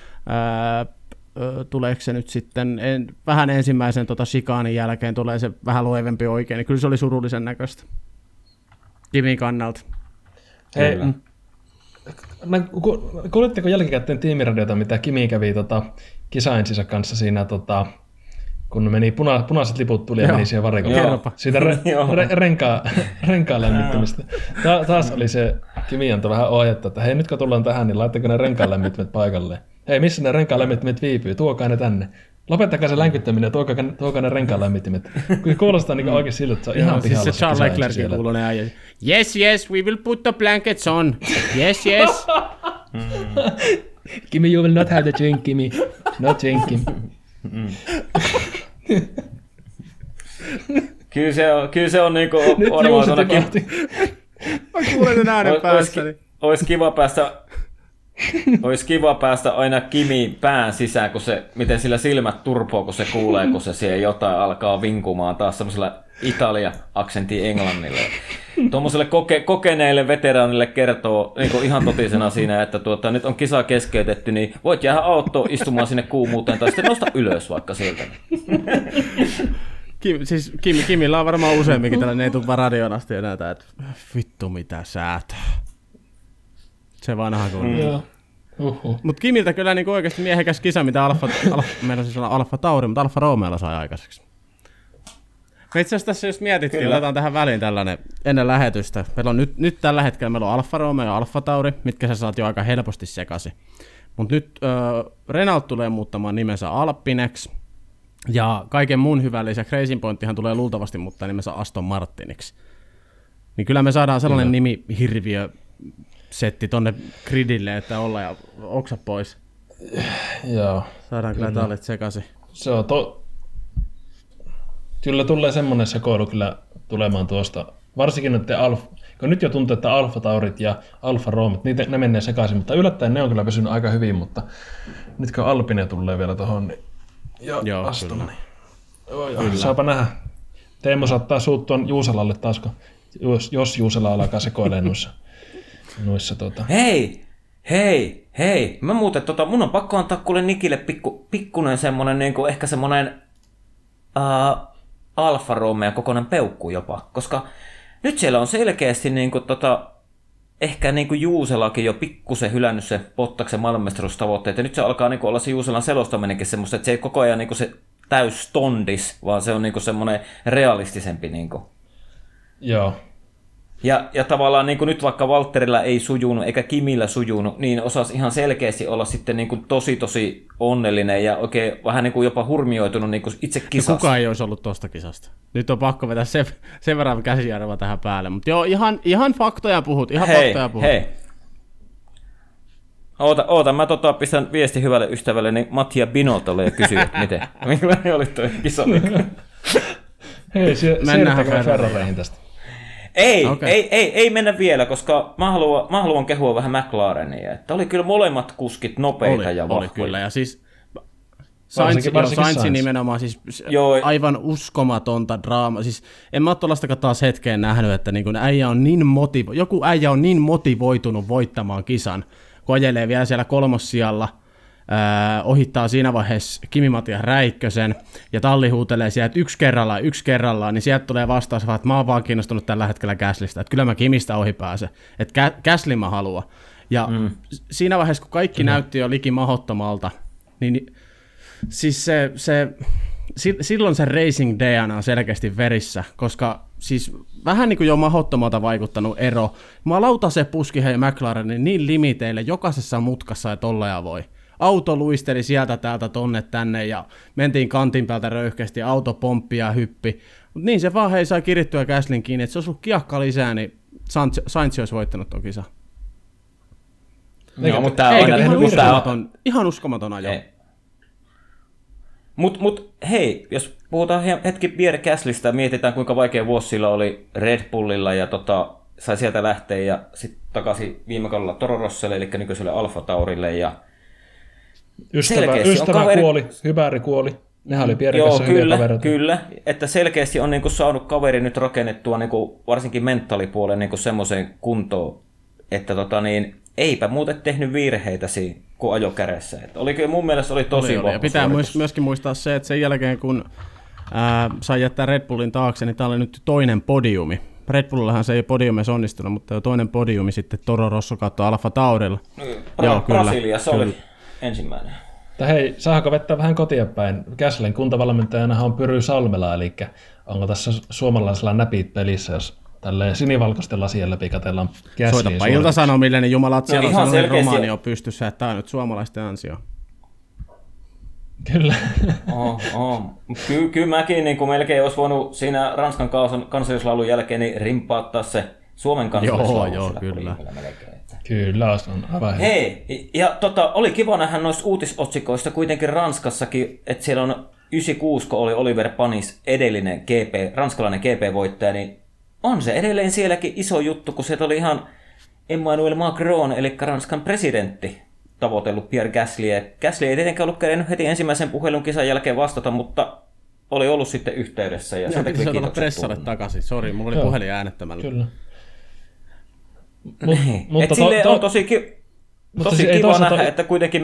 tuleeko se nyt sitten vähän ensimmäisen shikaanin jälkeen tulee se vähän loivempi oikein, niin kyllä se oli surullisen näköistä. Kimin kannalta. Hei, kuulitteko jälkikäteen tiimiradiota, mitä Kimi kävi kisainsinsa kanssa siinä, kun meni punaiset liput tuli ja meni siihen varikolle. Siitä renkaan lämmittämistä. Taas oli se Kimi antoi vähän ohjetta, että hei, nyt kun tullaan tähän, niin laittakaa ne renkaan lämmittimet paikalle. Hei, missä ne renkaan lämmittimet viipyy? Tuokaa ne tänne. Lopettakaa se länkyttäminen ja tuokaa ne renkaan lämmittimet. Kuulostaa oikein siltä, että se on ihan pihalla. Siis se Charles Leclercin kuulonen äijä. Yes, we will put the blankets on. Yes. Kimi, you will not have the drink, Kimi. No drinking. Kyllä se on niinku varmaan tuonnakin. Mä kuulen sen äänen päästäni. Olisi kiva päästä aina Kimi pään sisään, miten sillä silmät turpoo, kun se kuulee, kun se siellä jotain alkaa vinkumaan taas semmoisella Italia-aksentin englannille. Tuommoiselle kokeneille veteraanille kertoo niin ihan totisena siinä, että nyt on kisa keskeytetty, niin voit jäädä autoon istumaan sinne kuumuuteen tai sitten nosta ylös vaikka sieltä. Kimillä on varmaan useamminkin tällainen, ei tule radioon asti enää, että vittu mitä säätää. Se vanha kunnia. Mutta Kimiltä kyllä niin oikeasti miehekäs kisa, mitä Alfa Tauri, mutta Alfa Romeolla sai aikaiseksi. Me itse asiassa tässä just mietittiin, laitetaan tähän väliin tällainen ennen lähetystä. Meillä on nyt tällä hetkellä meillä on Alfa Romeo ja Alfa Tauri, mitkä sä saat jo aika helposti sekaisin. Mutta nyt Renault tulee muuttamaan nimensä Alpineksi, ja kaiken muun hyvän lisäksi Racing Pointtihan tulee luultavasti muuttaa nimensä Aston Martiniksi. Niin kyllä me saadaan sellainen nimihirviö setti tonne gridille, että olla ja oksa pois. Joo. Saadaan kyllä tallit sekaisin. Se on Kyllä tulee semmoinen sekoilu kyllä tulemaan tuosta. Varsinkin nyt kun nyt jo tuntuu, että Alfa Taurit ja Alfa Romeo, ne menee sekaisin, mutta yllättäen ne on kyllä pysynyt aika hyvin, mutta nyt kun Alpine tulee vielä tuohon, niin ja Aston, niin saapa nähdä. Teemu saattaa suuttua Juuselalle taas, jos Juusela alkaa sekoilemaan noissa Hei! Mä muuten mun on pakko antaa kuule Nikille pikkunen semmonen niinku ehkä semmonen Alfa Romeo kokoinen peukku jopa, koska nyt siellä on selkeästi niinku ehkä niinku Juuselakin jo pikkusen hylännyt se Bottaksen maailmanmestaruustavoitteet, ja nyt se alkaa niinku olla se Juuselan selostaminenkin semmoista, että se ei koko ajan niinku se täys tondis, vaan se on niinku semmoinen realistisempi niinku. Joo. Ja tavallaan niin kuin nyt vaikka Valtterilla ei sujunut eikä Kimillä sujunut, niin osasi ihan selkeästi olla sitten niin kuin tosi onnellinen ja oikein vähän niin kuin jopa hurmioitunut niin kuin itse kisasta. Kukaan ei olisi ollut tosta kisasta. Nyt on pakko vetää sen verran käsijarva tähän päälle, mutta joo, ihan faktoja puhut, Hei. Oota, mä pistän viesti hyvälle ystävälleni Mattia Binottolle ja kysyn, että miten. Minkälainen oli tuo kisa? Hei, siirrytäänkö Ferrareihin tästä? Ei mennä vielä, koska mä haluan kehua vähän McLarenia. Että oli kyllä molemmat kuskit nopeita ja vahvoja. Oli kyllä, ja siis Sainz nimenomaan siis aivan uskomatonta draamaa. Siis en mä ole tuollaistakaan taas hetkeen nähnyt, että niin joku äijä on niin motivoitunut voittamaan kisan, kun ajelee vielä siellä kolmossijalla, ohittaa siinä vaiheessa Kimi-Matias Räikkösen, ja talli huutelee sieltä yksi kerrallaan, niin sieltä tulee vastaus, että mä oon vaan kiinnostunut tällä hetkellä Gaslista, että kyllä mä Kimistä ohi pääsen, että Gaslin mä haluan. Ja siinä vaiheessa, kun kaikki näytti jo liki mahdottomalta, niin siis silloin se racing DNA on selkeästi verissä, koska siis vähän niin kuin jo mahdottomalta vaikuttanut ero. Jumalauta se puski hei McLarenin niin limiteille jokaisessa mutkassa, että olla voi. Auto luisteli sieltä täältä tonne tänne ja mentiin kantin päältä röyhkeästi, auto pomppi ja hyppi. Mutta niin se vaan sai kirittyä Gaslin kiinni, että se olisi ollut kiekka lisää, niin Sainz olisi voittanut tuon kisa. Joo, mutta tämä on ihan uskomaton ajo. Mut hei, jos puhutaan hetki Pierre Gaslista ja mietitään kuinka vaikea vuosi sillä oli Red Bullilla ja sai sieltä lähteä ja sitten takaisin viime kaudella Toro Rosselle, eli nykyiselle Alfa Taurille ja Ystävä kuoli, Hyväri kuoli. Nehän oli Pierren kanssa hyviä kavereita. Kyllä, että selkeästi on niinku saanut kaveri nyt rakennettua niinku varsinkin mentaalipuolen niinku semmoiseen kuntoon, että eipä muuten tehnyt virheitä siinä, kun ajo kädessä. Oli kyllä mun mielestä oli tosi vahva. Ja pitää myöskin muistaa se, että sen jälkeen kun sai jättää Red Bullin taakse, niin tämä oli nyt toinen podiumi. Red Bullillahan se ei podiumissa onnistunut, mutta toinen podiumi sitten Toro Rosso kautta Alfa Taurilla. Brasiliassa oli ensimmäinen. Hei, saako vetää vähän kotia päin? Gaslen kuntavalmentajana on Pyry Salmela, eli onko tässä suomalaisella näpit pelissä, jos tälleen sinivalkoisten lasien läpi katsellaan Gaslin soitapa Ilta-Sanomille, niin jumalat, siellä on sellainen romaani on pystyssä, että tämä on nyt suomalaisten ansio. Kyllä. Kyllä mäkin niin kuin melkein olisi voinut siinä Ranskan kansallislaulun jälkeen niin rimpaattaa se Suomen kansallislaulu. Joo, kyllä. Kyllä, on aivan. Hei, ja oli kiva nähdä noista uutisotsikoista kuitenkin Ranskassakin, että siellä on 96, kun oli Oliver Panis edellinen ranskalainen GP-voittaja, niin on se edelleen sielläkin iso juttu, kun sieltä oli ihan Emmanuel Macron, eli Ranskan presidentti, tavoitellut Pierre Gaslyä. Gasly ei tietenkään ollut kerennyt heti ensimmäisen puhelun kisan jälkeen vastata, mutta oli ollut sitten yhteydessä. Ja piti saada pressalle takaisin. Sori, mulla oli puhelin äänettömällä. Kyllä. Mutta on tosi kiva nähdä, että kuitenkin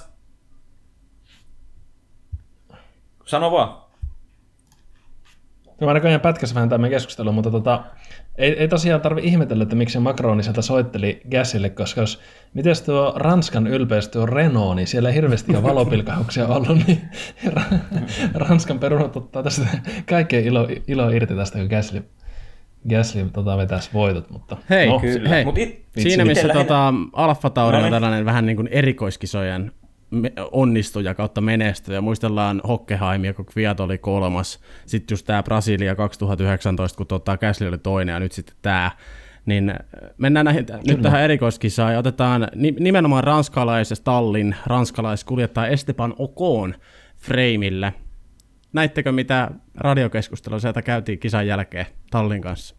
Sano vaan. Mä näköjään pätkässä vähän tämä keskustelu, mutta ei tosiaan tarvitse ihmetellä, että miksi Macron sieltä soitteli Gasille, koska miten tuo Ranskan ylpeys tuo Renault, niin siellä ei hirveästi ole valopilkauksia ollut, niin Ranskan perunat ottaa tästä kaikkein ilo irti tästä, kun Gasly vetäisi voitot, mutta hei, no, hei. Siinä missä Alfa Tauri on No niin. tällainen vähän niin kuin erikoiskisojen onnistuja kautta menestyjä. Muistellaan Hockenheimia, kun Kviat oli 3. Sitten just tämä Brasilia 2019, kun Gasly oli toinen ja nyt sitten tämä. Niin mennään nyt tähän erikoiskisaan ja otetaan nimenomaan ranskalaisestallin ranskalaiskuljettaja Esteban Ocon freimille. Näittekö mitä radiokeskustelua sieltä käytiin kisan jälkeen Tallin kanssa?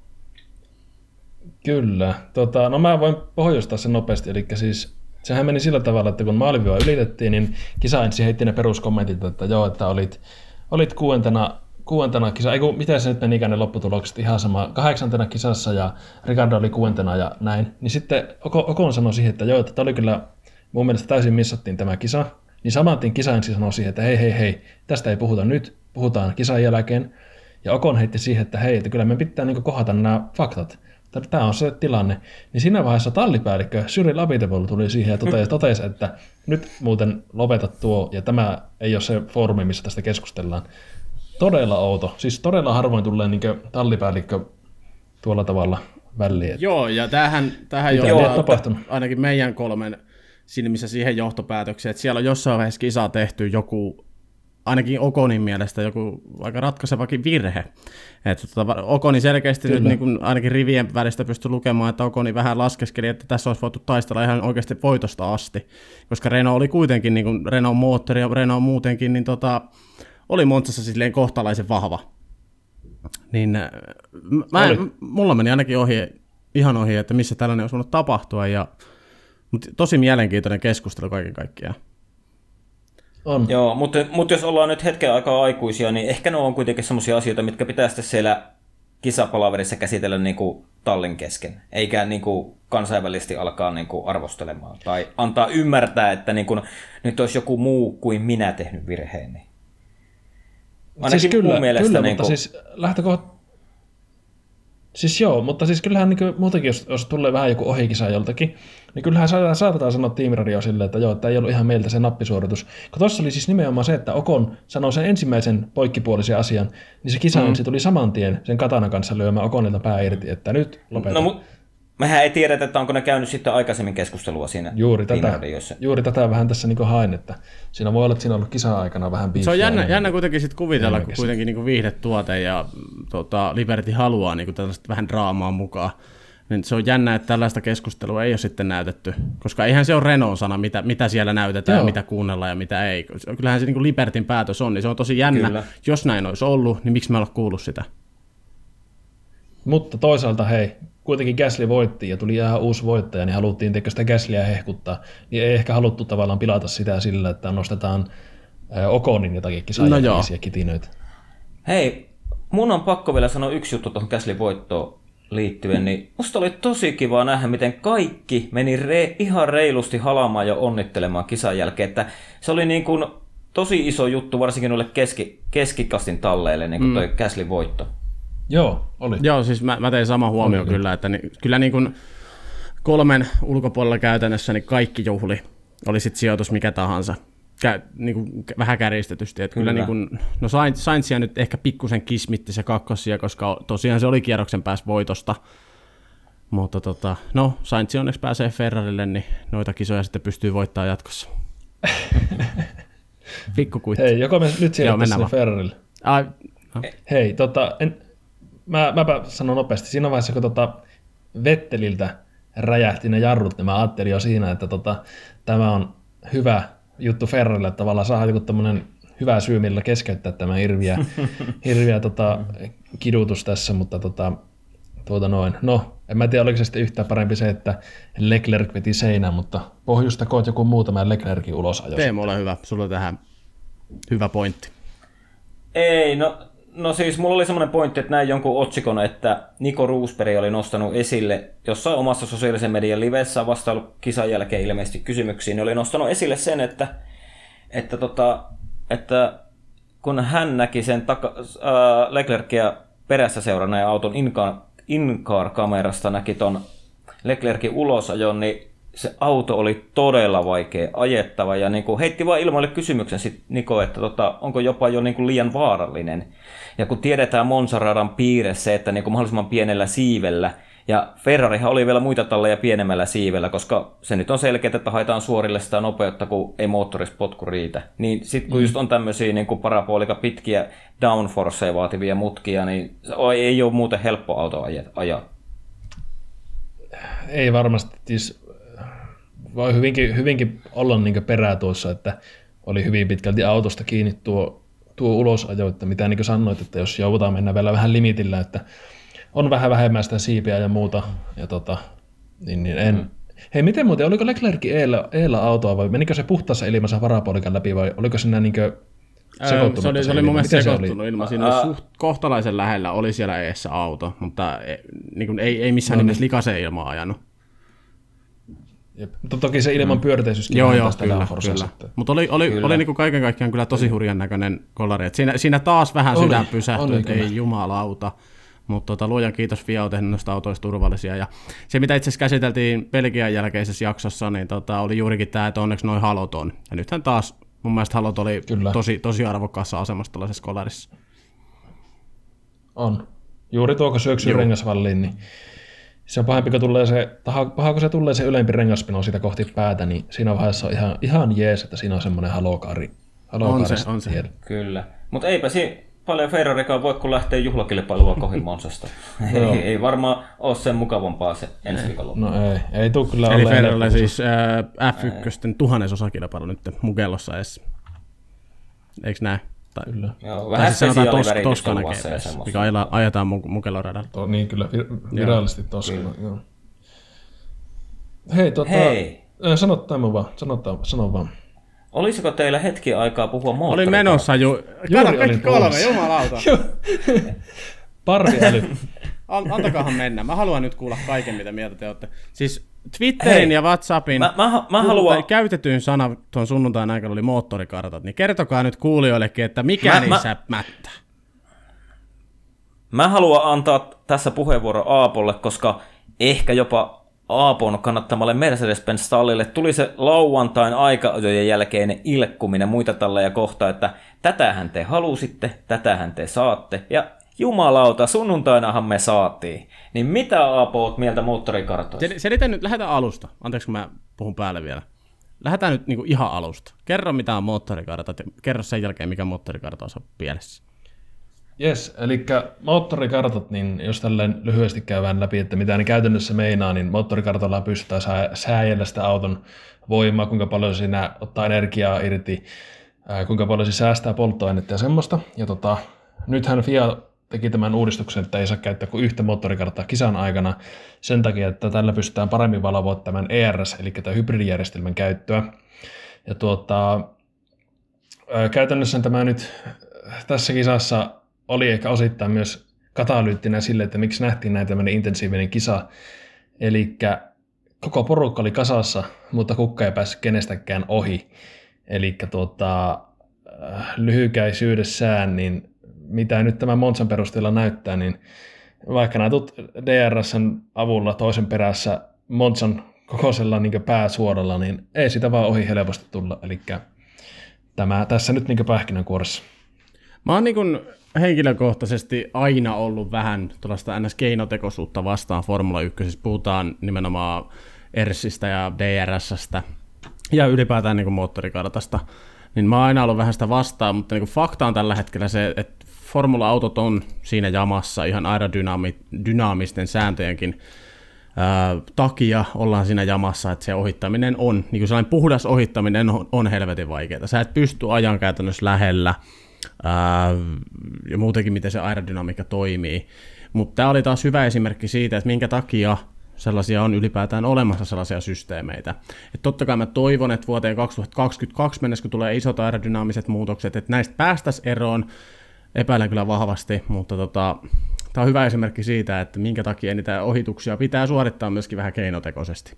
Kyllä. No mä voin pohjustaa sen nopeasti, eli siis sehän meni sillä tavalla, että kun maalivyö ylitettiin, niin kisa ensin heitti ne peruskommentit, että joo, että olit kuuentena kisa, miten se nyt menikään ne lopputulokset, ihan sama, 8. kisassa ja Ricardo oli 6. ja näin, niin sitten Ocon sanoi siihen, että joo, että tämä oli kyllä mun mielestä täysin missattiin tämä kisa, niin saman tien kisa ensin sanoi siihen, että hei, tästä ei puhuta nyt, puhutaan kisan jälkeen, ja Ocon heitti siihen, että hei, että kyllä me pitää niin kohdata nämä faktat, tämä on se tilanne. Niin siinä vaiheessa tallipäällikkö Cyril Abiteboul tuli siihen ja totesi, että nyt muuten lopeta tuo, ja tämä ei ole se foorumi, missä tästä keskustellaan. Todella outo. Siis todella harvoin tulee niin tallipäällikkö tuolla tavalla väliin. Joo, ja tämähän tapahtunut ainakin meidän 3 silmissä siihen johtopäätökseen, että siellä on jossain vaiheessa kisa tehty joku, ainakin Oconin mielestä joku aika ratkaisevakin virhe. Oconi selkeästi nyt niin kuin ainakin rivien välistä pystyi lukemaan, että Oconi vähän laskeskeli, että tässä olisi voitu taistella ihan oikeasti voitosta asti, koska Renault oli kuitenkin, niin kuin Renault moottori ja Renault muutenkin, niin oli Monzassa silleen kohtalaisen vahva. Niin mulla meni ainakin ihan ohi, että missä tällainen olisi voinut tapahtua, mutta tosi mielenkiintoinen keskustelu kaiken kaikkiaan. On. Joo, mutta jos ollaan nyt hetken aikaa aikuisia, niin ehkä ne on kuitenkin semmoisia asioita, mitkä pitää sitten siellä kisapalaverissa käsitellä niin kuin tallin kesken, eikä niin kuin kansainvälisesti alkaa niin kuin arvostelemaan tai antaa ymmärtää, että niin kuin nyt olisi joku muu kuin minä tehnyt virheen. Niin. Ainakin siis kyllä, mun mielestä kyllä, niin mutta kuin... siis lähtökohta... Siis joo, mutta siis kyllähän niin muutenkin, jos tulee vähän joku ohikisa joltakin, niin kyllähän saatetaan sanoa tiimiradio silleen, että joo, että ei ollut ihan meiltä se nappisuoritus. Kun tuossa oli siis nimenomaan se, että Ocon sanoi sen ensimmäisen poikkipuolisen asian, niin se kisa ensin tuli saman tien sen katanan kanssa lyömään Oconilta pää irti, että nyt lopetan. No, mehän ei tiedetä, että onko ne käynyt sitten aikaisemmin keskustelua siinä tiimiradiossa. Juuri tätä vähän tässä niin hain, että siinä voi olla, että siinä on ollut kisa-aikana vähän biifiä. Se on jännä kuitenkin sit kuvitella, kun kuitenkin niin viihdetuote ja Liberty haluaa niin tällaista vähän draamaa mukaan. Niin se on jännä, että tällaista keskustelua ei ole sitten näytetty, koska eihän se ole Renault sana, mitä siellä näytetään, mitä kuunnellaan ja mitä ei. Kyllähän se niin Libertyn päätös on, niin se on tosi jännä. Kyllä. Jos näin olisi ollut, niin miksi me ollaan kuullut sitä? Mutta toisaalta hei, kuitenkin Gasly voitti ja tuli ihan uusi voittaja, niin haluttiin sitä Gaslyä hehkuttaa. Niin ei ehkä haluttu tavallaan pilata sitä sillä, että nostetaan Oconin jotakin kisajälkeisiä kitinöitä. Hei, mun on pakko vielä sanoa yksi juttu tuohon Gaslyn voittoon liittyen, niin musta oli tosi kiva nähdä, miten kaikki meni ihan reilusti halamaan ja onnittelemaan kisan jälkeen, että se oli niin kuin tosi iso juttu, varsinkin noille keskikastin talleille, niin kuin toi Gaslyn voitto. Joo, oli. Joo, siis mä tein sama huomio kyllä, että kyllä niin kuin 3 ulkopuolella käytännössä niin kaikki juhli, oli sitten sijoitus mikä tahansa, niin kuin vähän kärjistetysti. Että kyllä niin kuin, no Sainzia nyt ehkä pikkusen kismitti se kakkosia, koska tosiaan se oli kierroksen päässä voitosta. Mutta no Sainz onneksi pääsee Ferrarille, niin noita kisoja sitten pystyy voittamaan jatkossa. Pikkukuitti. Hei, joko me nyt siirrytään sinne Ferrarille? No. Hei, mäpä sanon nopeasti. Siinä vaiheessa, kun Vetteliltä räjähti ne jarrut, niin mä ajattelin jo siinä, että tämä on hyvä juttu Ferrarille, että tavallaan saa joku tämmöinen hyvä syy, millä keskeyttää tämä hirviä kidutus tässä, mutta noin. No, en mä tiedä, oliko se sitten yhtään parempi se, että Leclerc veti seinään, mutta pohjustakoot joku muu tämän Leclercin ulosajossa. Teemu, ole hyvä. Sulla on tähän hyvä pointti. Ei, no siis mulla oli semmoinen pointti, että näin jonkun otsikon, että Nico Rosberg oli nostanut esille jossain omassa sosiaalisen median livessä vastailu kisan jälkeen ilmeisesti kysymyksiin, niin oli nostanut esille sen, että kun hän näki sen Leclercia perässä seuranneen auton in-car-kamerasta, näki ton Leclercin ulosajon, niin se auto oli todella vaikea ajettava ja niin kuin heitti vaan ilmoille kysymyksen sit Niko, että onko jopa jo niin kuin liian vaarallinen. Ja kun tiedetään Monza-radan piirre se, että niin kuin mahdollisimman pienellä siivellä, ja Ferrarihan oli vielä muita talleja pienemmällä siivellä, koska se nyt on selkeää, että haetaan suorille sitä nopeutta, kun ei moottorispotku riitä. Niin sitten kun just on tämmöisiä niin kuin parabolika pitkiä downforceja vaativia mutkia, niin ei ole muuten helppo auto ajaa. Ei varmasti. Siis voi hyvinkin olla niin perää tuossa, että oli hyvin pitkälti autosta kiinni tuo ulosajo, että mitä niin sanoit, että jos joudutaan mennä vielä vähän limitillä, että on vähän vähemmän sitä siipeä ja muuta. Ja niin en. Hei, miten muuten, oliko Leclercin eellä autoa vai menikö se puhtaassa ilmassa varapolikan läpi vai oliko siinä niinkö sekoittunut? Se oli mun mielestä sekoittunut ilma. Siinä oli suht kohtalaisen lähellä, oli siellä eessä auto, mutta niin ei missään nimessä likaiseen ilmaa ajanut. Mutta toki se ilman pyörteisyyskin. Joo, kyllä. Mutta oli niin kuin kaiken kaikkiaan kyllä tosi hurjan näköinen kollari. Siinä taas vähän sydän pysähtyi, ei jumalauta. Mutta luojan kiitos, FIA on tehnyt noista autoista turvallisia. Ja se, mitä itse asiassa käsiteltiin Belgian jälkeisessä jaksossa, niin oli juurikin tämä, että onneksi noin halot on. Ja nythän taas mun mielestä halot oli tosi arvokkaassa asemassa tällaisessa kollarissa. On. Juuri tuo, kun syöksyy rengasvalliin, niin se on pahempi, kun kun se tulee se ylempi rengaspino siitä kohti päätä, niin siinä vaiheessa on ihan jees, että siinä on semmoinen halokaari. On se. Kyllä. Mutta eipä paljon Ferrarikaan voi, kun lähtee juhlakilpailua kohin Monsasta. ei varmaan ole sen mukavampaa se ensi viikolla. No ei tule kyllä eli Ferrarilla siis F1 1000-osakilpailu nyt Mugellossa edes. Eikö näin? Kyllä. Joo, vähän spesiaaliväritystä Toskana GPS, mikä ajetaan Mugello radalla. Niin kyllä, virallisesti Toskana. Joo. Hei, sano vaan. Olisiko teillä hetki aikaa puhua moottorikartasta? Olin menossa kaikki kolme, jumalauta. Parviäly. Antakaahan mennä. Mä haluan nyt kuulla kaiken, mitä mieltä te olette. Siis Twitterin ja WhatsAppin mä haluan käytetyin sana tuon sunnuntain aikana oli moottorikartat, niin kertokaa nyt kuulijoillekin, että mikä niissä mättää. Mä haluan antaa tässä puheenvuoron Aapolle, koska ehkä jopa Aapon kannattamalle Mercedes-Benz-tallille tuli se lauantain aika-ajojen jälkeinen ilkkuminen muita talleja kohtaan, että tätähän te halusitte, tätähän te saatte, ja jumalauta, sunnuntainahan me saatiin. Niin mitä Aapo oot mieltä moottorikartoista? Selitän nyt, lähdetään alusta. Anteeksi, kun mä puhun päälle vielä. Lähdetään nyt niin kuin ihan alusta. Kerro, mitä on moottorikartat, ja kerro sen jälkeen, mikä moottorikartaus on pielessä. Jes, eli moottorikartat, niin jos tälleen lyhyesti käydään läpi, että mitä ne käytännössä meinaa, niin moottorikartalla pystytään sääjellä sitä auton voimaa, kuinka paljon siinä ottaa energiaa irti, kuinka paljon se säästää polttoainetta ja semmoista. Ja nythän FIA teki tämän uudistuksen, että ei saa käyttää kuin yhtä moottorikarttaa kisan aikana sen takia, että tällä pystytään paremmin valvoa tämän ERS, eli tämän hybridijärjestelmän käyttöä. Ja käytännössä tämä nyt tässä kisassa oli ehkä osittain myös katalyyttinä sille, että miksi nähtiin näin tämmöinen intensiivinen kisa. Eli koko porukka oli kasassa, mutta kukka ei päässyt kenestäkään ohi. Eli lyhykäisyydessään, niin mitä nyt tämän Monzan perusteella näyttää, niin vaikka nämä DRS:n avulla toisen perässä Monzan kokoisella niin pääsuoralla, niin ei sitä vaan ohi helposti tulla. Eli tämä tässä nyt niin pähkinänkuoressa. Mä oon niin henkilökohtaisesti aina ollut vähän tuollaista NS-keinotekoisuutta vastaan Formula 1. Puhutaan nimenomaan ERSistä ja DRSstä ja ylipäätään niin moottorikartasta. Niin mä oon aina ollut vähän sitä vastaan, mutta niin fakta on tällä hetkellä se, että Formula-autot on siinä jamassa ihan aerodynaamisten sääntöjenkin takia ollaan siinä jamassa, että se ohittaminen on, niin kuin sellainen puhdas ohittaminen on helvetin vaikeaa. Sä et pysty ajan käytännössä lähellä ja muutenkin miten se aerodynamiikka toimii. Mutta tämä oli taas hyvä esimerkki siitä, että minkä takia sellaisia on ylipäätään olemassa sellaisia systeemeitä. Et totta kai mä toivon, että vuoteen 2022 mennessä, kun tulee isot aerodynaamiset muutokset, että näistä päästäisiin eroon, epäilen kyllä vahvasti, mutta tämä on hyvä esimerkki siitä, että minkä takia niitä ohituksia pitää suorittaa myöskin vähän keinotekoisesti.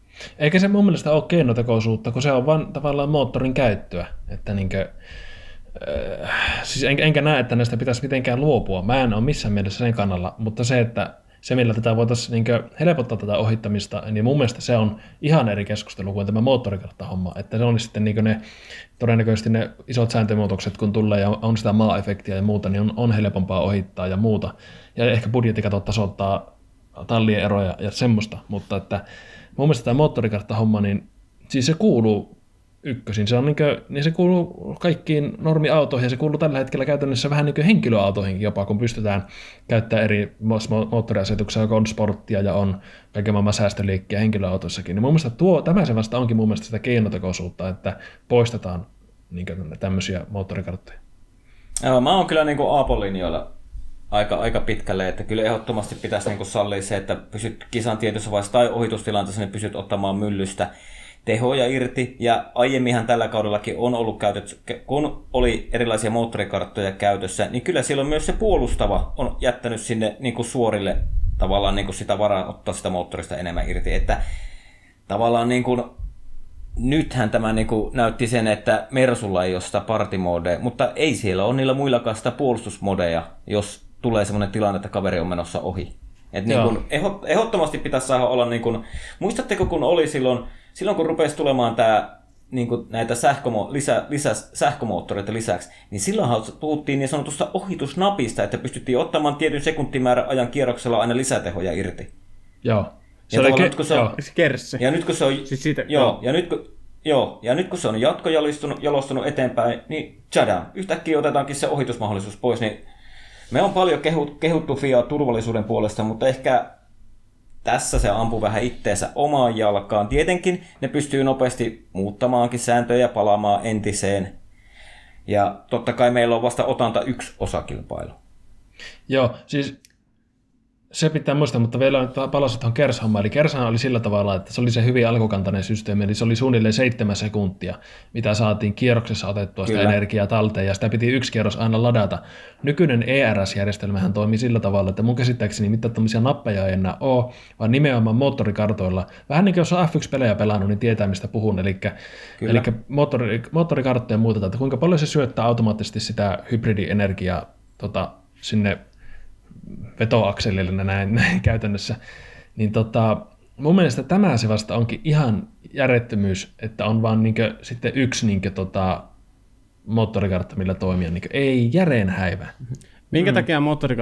Eikä se mun mielestä ole keinotekoisuutta, kun se on vain tavallaan moottorin käyttöä. Että siis enkä näe, että näistä pitäisi mitenkään luopua. Mä en ole missään mielessä sen kannalla, mutta se millä tätä voitaisiin niin helpottaa tätä ohittamista, niin mun mielestä se on ihan eri keskustelu kuin tämä moottorikarttahomma. Että se on sitten niin ne, todennäköisesti ne isot sääntömuutokset, kun tulee ja on sitä maa-efektiä ja muuta, niin on helpompaa ohittaa ja muuta. Ja ehkä budjettikatot tasoittaa tallien eroja ja semmoista. Mutta että mun mielestä tämä moottorikarttahomma, niin siis se kuuluu ykkösin. Se on niin se kuuluu kaikkiin normiautoihin ja se kuuluu tällä hetkellä käytännössä vähän niin kuin henkilöautoihinkin jopa, kun pystytään käyttämään eri moottoriasetuksia, joka on sporttia ja on kaiken maailman säästöliikkiä henkilöautoissakin. Niin mun mielestä tämä se vasta onkin mun mielestä sitä keinotekoisuutta, että poistetaan niin tämmöisiä moottorikarttoja. Joo, mä oon kyllä niin kuin Aapo-linjoilla aika pitkälle, että kyllä ehdottomasti pitäisi niin kuin sallia se, että pysyt kisan tietyssä vaiheessa tai ohitustilanteessa, niin pysyt ottamaan myllystä tehoja irti, ja aiemminhan tällä kaudellakin on ollut käytetty, kun oli erilaisia moottorikarttoja käytössä, niin kyllä silloin myös se puolustava on jättänyt sinne niin kuin suorille tavallaan niin kuin sitä varaa ottaa sitä moottorista enemmän irti, että tavallaan niin kuin, nythän tämä niin kuin näytti sen, että Mersulla ei ole sitä partimodea, mutta ei siellä ole niillä muillakaan sitä puolustusmodeja, jos tulee sellainen tilanne, että kaveri on menossa ohi. Että niin kuin ehdottomasti pitäisi saada olla, niin kuin, muistatteko kun oli silloin kun rupesi tulemaan tämä, niin kuin näitä sähkömoottoreita lisäksi, niin silloinhan puhuttiin niin sanotusta ohitusnapista, että pystyttiin ottamaan tietyn sekuntimäärän ajan kierroksella aina lisätehoja irti. Joo. Se oli kerssi. Ja nyt kun se on, siis siitä, ja nyt kun se on jalostunut eteenpäin, niin tjadam, yhtäkkiä otetaankin se ohitusmahdollisuus pois, niin me on paljon kehuttu FIA turvallisuuden puolesta, mutta ehkä tässä se ampuu vähän itteensä omaan jalkaan. Tietenkin ne pystyy nopeasti muuttamaankin sääntöjä ja palaamaan entiseen. Ja totta kai meillä on vasta otanta 1 osakilpailu. Joo, siis se pitää muistaa, mutta vielä palasin tuohon Kers-hommaan. Eli Kershan oli sillä tavalla, että se oli se hyvin alkukantainen systeemi, eli se oli suunnilleen 7 sekuntia, mitä saatiin kierroksessa otettua sitä energiaa talteen, ja sitä piti 1 kierros aina ladata. Nykyinen ERS-järjestelmähän toimii sillä tavalla, että mun käsittääkseni mitään tämmöisiä nappeja ei enää ole, vaan nimenomaan moottorikartoilla. Vähän niin kuin jos on F1-pelejä pelannut, niin tietää mistä puhun, eli moottorikarttoja muutetaan, että kuinka paljon se syöttää automaattisesti sitä hybridienergiaa sinne vetoakselille näin käytännössä, niin mun mielestä tämä se vasta onkin ihan järjettömyys, että on vaan niinkö sitten 1 niinkö moottorikartta, millä toimia, niinkö ei järeen häivä. Minkä takia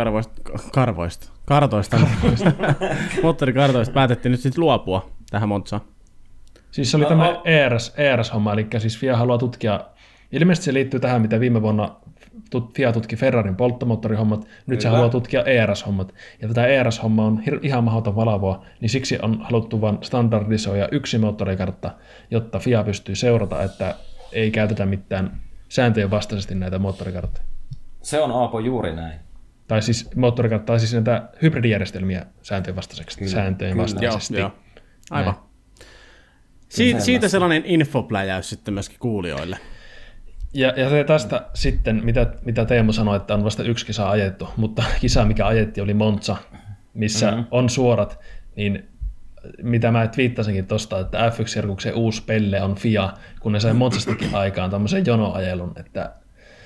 moottorikartoista päätettiin nyt sitten luopua tähän Montsaan? Siis se oli tämä ERS-homma, eli siis FIA haluaa tutkia, ilmeisesti se liittyy tähän, mitä viime vuonna FIA tutki Ferrarin polttomoottorihommat, nyt se haluaa tutkia ERS-hommat. Ja tätä ERS-hommaa on ihan mahdoton valvoa, niin siksi on haluttu vain standardisoida 1 moottorikartta, jotta FIA pystyy seurata, että ei käytetä mitään sääntöjen vastaisesti näitä moottorikarttoja. Se on Aapo juuri näin. Tai siis moottorikarttaa, siis näitä hybridijärjestelmiä sääntöjen vastaisesti. Joo. Aivan. Siitä sellainen infopläjäys sitten myöskin kuulijoille. Ja tästä sitten, mitä Teemu sanoi, että on vasta 1 kisa ajettu, mutta kisa, mikä ajetti, oli Monza, missä on suorat, niin mitä mä twiittasinkin tuosta, että F1-sirkuksen uusi pelle on FIA, kun ne sai Monzastakin aikaan tämmöisen jonoajelun, että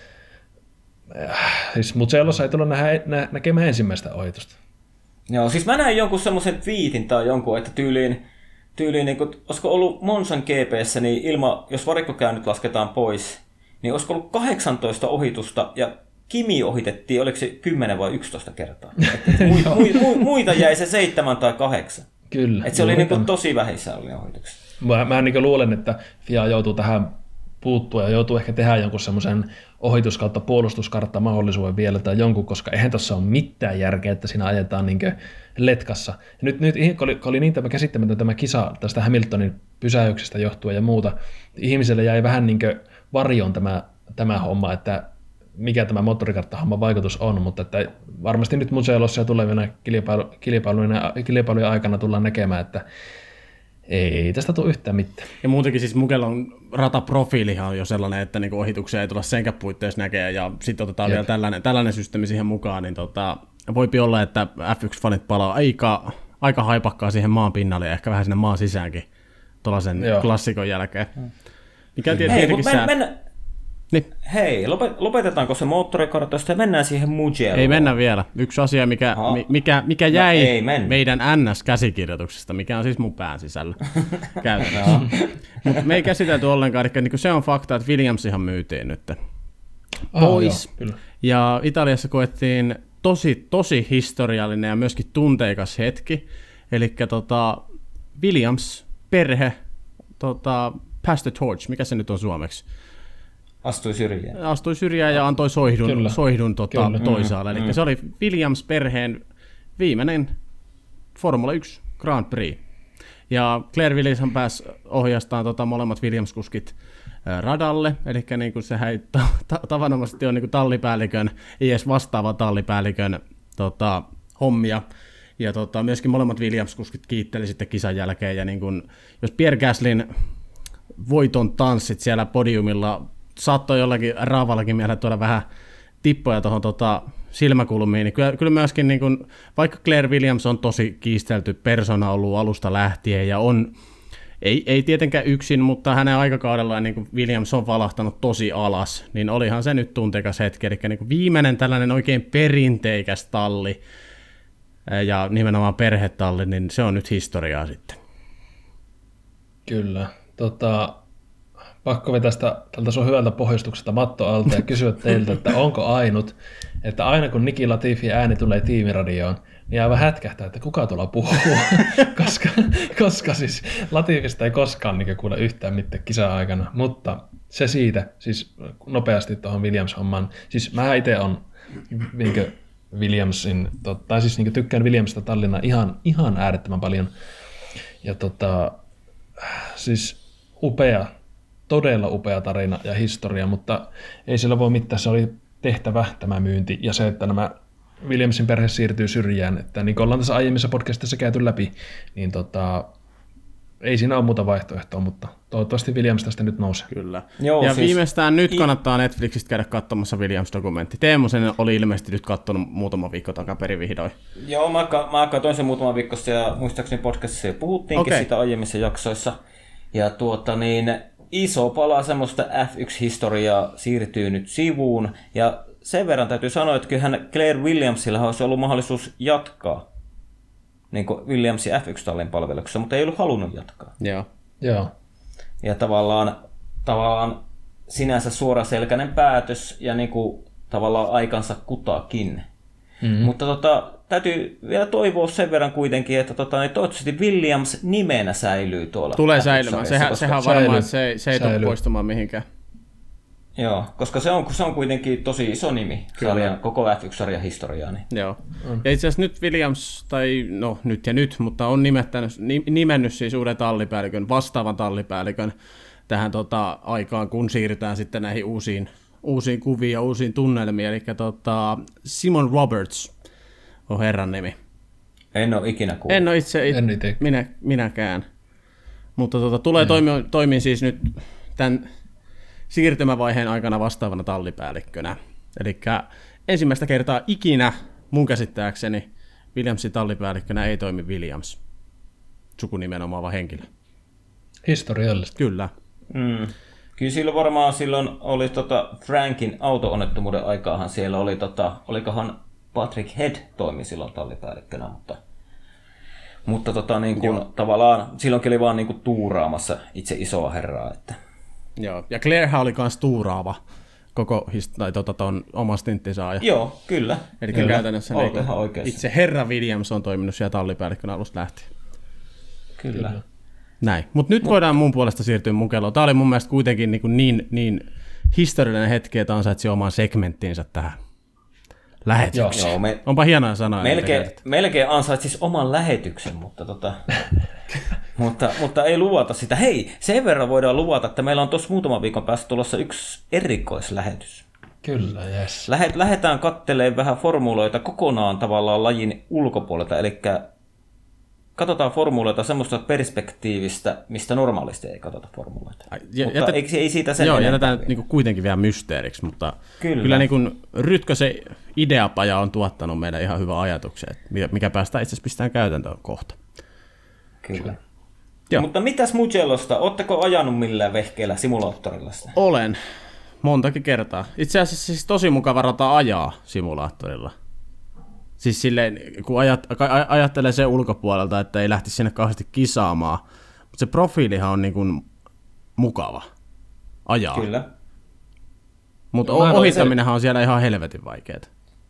siis Mugellossa ei tullut näkemään ensimmäistä ohitusta. Joo, siis mä näin jonkun semmoisen twiitin tai jonkun, että tyyliin niin kuin, olisiko ollut Monzan GP:ssä, niin jos varikkokäynnit lasketaan pois, niin olisiko ollut 18 ohitusta, ja Kimi ohitettiin, oliko se 10 vai 11 kertaa? Muita jäi se 7 tai 8. Kyllä. Et se oli niin kuin tosi vähissä oli ohituksia. Mä niin luulen, että FIA joutuu tähän puuttua ja joutuu ehkä tehdä jonkun semmoisen ohitus- kautta puolustuskartta mahdollisuuden vielä tai jonkun, koska eihän tuossa ole mitään järkeä, että siinä ajetaan niin letkassa. Ja nyt kun oli niin tämä käsittämätön tämä kisa tästä Hamiltonin pysäyksestä johtuen ja muuta, ihmiselle jäi vähän niin varjoon tämä homma, että mikä tämä moottorikarttahomman vaikutus on, mutta että varmasti nyt Mugellossa ja tulevina kilpailujen aikana tullaan näkemään, että ei tästä tule yhtään mitään. Ja muutenkin siis Mugellon rataprofiilihan on jo sellainen, että niinku ohituksia ei tulla senkään puitteissa näkee, ja sitten otetaan vielä tällainen systeemi siihen mukaan, niin voipi olla, että F1-fanit palaa aika haipakkaa siihen maan pinnalle ja ehkä vähän sinne maan sisäänkin tuollaisen klassikon jälkeen. Mikä tietenkin Niin. Hei, lopetetaanko se moottorikartoista ja mennään siihen Mugelloon? Ei mennä vielä. Yksi asia, mikä jäi No, meidän NS-käsikirjoituksesta, mikä on siis mun pään sisällä käytännössä. Mutta me ei käsitelty ollenkaan, eli niin se on fakta, että Williamsihan myytiin nyt pois. Joo, kyllä. Ja Italiassa koettiin tosi historiallinen ja myöskin tunteikas hetki. Eli Williams-perhe passed the torch, mikä se nyt on suomeksi? Astui syrjään ja antoi soihdun toisaalle. Eli se oli Williams-perheen viimeinen Formula 1 Grand Prix. Ja Claire Williamshan pääsi ohjastaan molemmat Williams-kuskit radalle, eli niin kuin sehän ei tavanomaisesti on niin kuin tallipäällikön, ei edes vastaava tallipäällikön hommia. Ja myöskin molemmat Williams-kuskit kiitteli sitten kisan jälkeen. Ja niin kuin, jos Pierre Gaslyn voiton tanssit siellä podiumilla saattoi jollakin raavallakin mielellä tuoda vähän tippoja tuohon silmäkulmiin, niin kyllä myöskin, niin kun, vaikka Claire Williams on tosi kiistelty persona ollut alusta lähtien, ja ei tietenkään yksin, mutta hänen aikakaudellaan niin Williams on valahtanut tosi alas, niin olihan se nyt tunteikas hetki, eli niin viimeinen tällainen oikein perinteikäs talli, ja nimenomaan perhetalli, niin se on nyt historiaa sitten. Kyllä. Pakko vetää tältä sun hyvältä pohjustuksesta matto alta ja kysyä teiltä, että onko ainut, että aina kun Niki Latifin ääni tulee tiimiradioon, niin aivan hätkähtää, että kuka tuolla puhuu, koska siis Latifista ei koskaan niin kuule yhtään mitään kisa-aikana, mutta se siitä, siis nopeasti tuohon Williams-hommaan, siis mä itse on Williamsin, tai siis niin tykkään Williamsista tallina ihan äärettömän paljon, ja siis todella upea tarina ja historia, mutta ei sillä voi mitään, se oli tehtävä tämä myynti ja se, että nämä Williamsin perhe siirtyy syrjään, että niin kuin ollaan tässä aiemmissa podcastissa käyty läpi, niin ei siinä ole muuta vaihtoehtoa, mutta toivottavasti Williams tästä nyt nousee. Kyllä. Joo, ja siis viimeistään nyt kannattaa Netflixistä käydä katsomassa Williams-dokumentti. Teemu sen oli ilmeisesti nyt katsonut muutama viikko takaperin vihdoin. Joo, mä katsoin sen muutama viikko ja muistaakseni podcastissa jo puhuttiinkin siitä aiemmissa jaksoissa. Ja iso pala semmoista F1-historiaa siirtyy nyt sivuun, ja sen verran täytyy sanoa, että kyllähän Claire Williamsilla olisi ollut mahdollisuus jatkaa niin kuin Williamsin F1-tallin palveluksessa, mutta ei ollut halunnut jatkaa. Joo. Ja tavallaan sinänsä suoraselkäinen päätös ja niin kuin tavallaan aikansa kutakin. Mm-hmm. Mutta täytyy vielä toivoa sen verran kuitenkin, että toivottavasti Williams nimenä säilyy tuolla. Tulee säilymään. Sehän on varmaan, että se ei tule poistumaan mihinkään. Joo, koska se on kuitenkin tosi iso nimi sarjan, koko F1-sarjan historiaa. Niin. Joo. Ja itse asiassa nyt Williams, nyt, mutta on nimennyt siis uuden tallipäällikön, vastaavan tallipäällikön tähän aikaan, kun siirrytään sitten näihin uusiin kuviin ja uusiin tunnelmiin. Eli Simon Roberts on herran nimi. En ole ikinä kuullut. En ole itse minäkään. Mutta tulee toimia siis nyt tämän siirtymävaiheen aikana vastaavana tallipäällikkönä. Eli ensimmäistä kertaa ikinä mun käsittääkseni Williamsin tallipäällikkönä ei toimi Williams. Sukunimen omaava henkilö. Historiallista. Kyllä. Kyllä silloin oli Frankin auto-onnettomuuden aikaahan siellä oli olikohan Patrick Head toimi silloin tallipäällikkönä, mutta tavallaan silloinkin oli vaan niin kuin tuuraamassa itse isoa herraa, että. Joo, ja Clairehän oli myös tuuraava koko ton oma stinttisaaja. Joo, kyllä. Eli käytännössä itse herra Williams on toiminut siellä tallipäällikkönä alusta lähtien. Kyllä. Näin, mutta nyt voidaan mun puolesta siirtyä Mugelloon. Tämä oli mun mielestä kuitenkin niin historiallinen hetki, että ansaitsi oman segmenttiinsä tähän lähetykseen. Joo, onpa hienoa sanoa. Melkein ansaitsisi oman lähetyksen, mutta ei luvata sitä. Hei, sen verran voidaan luvata, että meillä on tuossa muutaman viikon päästä tulossa yksi erikoislähetys. Kyllä, jes. Lähdetään katselemaan vähän formuloita kokonaan tavallaan lajin ulkopuolelta, eli katsotaan formuloita semmoista perspektiivistä, mistä normaalisti ei katsota formuloita. Mutta ei siitä sen enempää. Jätetään niin kuitenkin vielä mysteeriksi, mutta kyllä niin Rytkösen ideapaja on tuottanut meidän ihan hyvän ajatuksen, mikä päästään itse asiassa pistämään käytäntöön kohta. Kyllä. Mutta mitäs Mugellosta? Ootteko ajanut millään vehkeellä simulaattorilla sitä? Olen. montakin kertaa. Itse asiassa siis tosi mukava rata ajaa simulaattorilla. Siis silleen, kun ajattelee sen ulkopuolelta, että ei lähtisi sinne kauheasti kisaamaan, mutta se profiilihan on niin kuin mukava ajaa. Kyllä. Mutta ohittaminenhan on siellä ihan helvetin vaikeaa.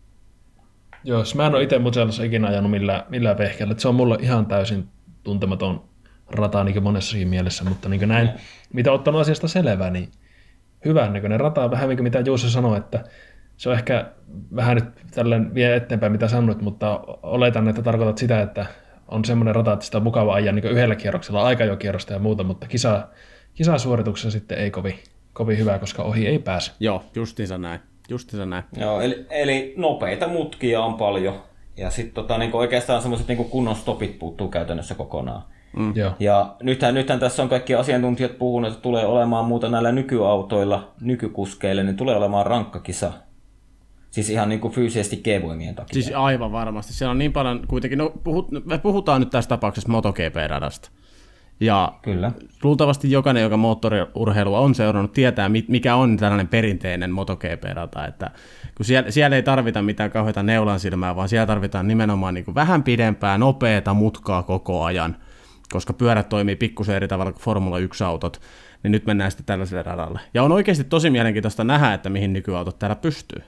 Joo, mä en ole itse Mugellossa ikinä ajanut millään vehkeellä. Se on mulle ihan täysin tuntematon rata niin monessakin mielessä, mutta niin näin, mitä ottanut asiasta selvää, niin hyvän näköinen rata, vähän niin kuin mitä Juuso sanoi, että se on ehkä vähän nyt tällainen vie eteenpäin, mitä sanoit, mutta oletan, että tarkoitat sitä, että on semmoinen rata, että sitä on mukava ajaa niin yhdellä kierroksella, aikajokierrosta ja muuta, mutta kisasuorituksessa sitten ei kovin hyvä, koska ohi ei pääse. Joo, justiinsa näin. Joo, eli nopeita mutkia on paljon, ja sitten niin oikeastaan semmoiset niin kunnon stopit puuttuu käytännössä kokonaan. Ja nythän tässä on kaikki asiantuntijat puhuneet, että tulee olemaan muuta näillä nykyautoilla, nykykuskeille, niin tulee olemaan rankka kisa. Siis ihan niin kuin fyysisesti G-voimien takia. Siis aivan varmasti. Siellä on niin paljon kuitenkin, me puhutaan nyt tässä tapauksessa MotoGP-radasta. Ja kyllä. Luultavasti jokainen, joka moottoriurheilua on seurannut, tietää, mikä on tällainen perinteinen MotoGP-rata. Että kun siellä ei tarvita mitään kauheita neulansilmää, vaan siellä tarvitaan nimenomaan niin kuin vähän pidempää, nopeata mutkaa koko ajan, koska pyörät toimii pikkusen eri tavalla kuin Formula 1-autot, niin nyt mennään sitten tällaiselle radalle. Ja on oikeasti tosi mielenkiintoista nähdä, että mihin nykyautot täällä pystyy.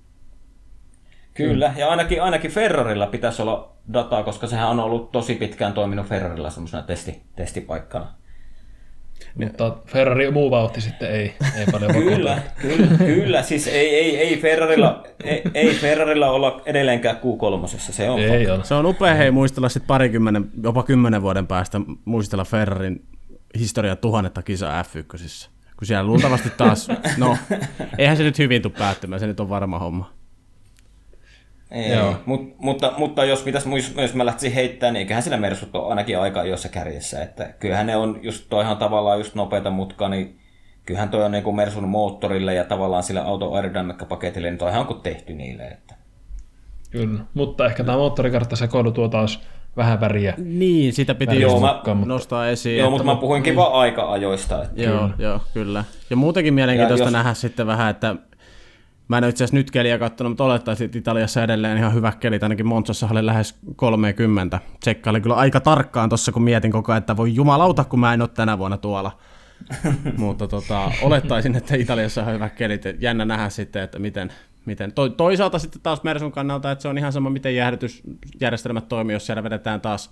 Kyllä, ja ainakin Ferrarilla pitäisi olla dataa, koska sehän on ollut tosi pitkään toiminut Ferrarilla semmoisena testipaikkana. Mutta Ferrari muu vauhti sitten ei paljon vakuuta. Kyllä, siis ei Ferrarilla olla edelleenkään Q3, se on ei ole. Se on upea muistella sitten jopa 10 vuoden päästä muistella Ferrarin historia 1000 kisaa F1. Kun siellä luultavasti taas, no eihän se nyt hyvin tule päättymään, se nyt on varma homma. Ei, mutta jos mä lähtisin heittämään, niin eiköhän sillä Mersut ole ainakin aika jossa kärjessä. Että kyllähän ne on just toihan tavallaan just nopeita mutkaa, niin kyllähän toi on niin kuin Mersun moottorille ja tavallaan sille auton aerodynamiikkapaketille, niin toihan on tehty niille. Että. Kyllä, mutta ehkä tämä moottorikarttasekoilu tuo taas vähän väriä. Niin, sitä piti nostaa esiin. Joo, mutta mä puhuinkin vaan aika-ajoista. Että. Joo, kyllä. Ja muutenkin mielenkiintoista nähdä sitten vähän, että mä en ole itse asiassa nyt keliä katsonut, mutta olettaisin, että Italiassa edelleen ihan hyvä keli. Ainakin Monzassa oli lähes 30. Tsekkailin kyllä aika tarkkaan tuossa, kun mietin koko ajan, että voi jumalauta, kun mä en ole tänä vuonna tuolla. Mutta olettaisin, että Italiassa on hyvä kelit. Jännä nähdä sitten, että miten. Toisaalta sitten taas Mersun kannalta, että se on ihan sama, miten jäähdysjärjestelmät toimii, jos siellä vedetään taas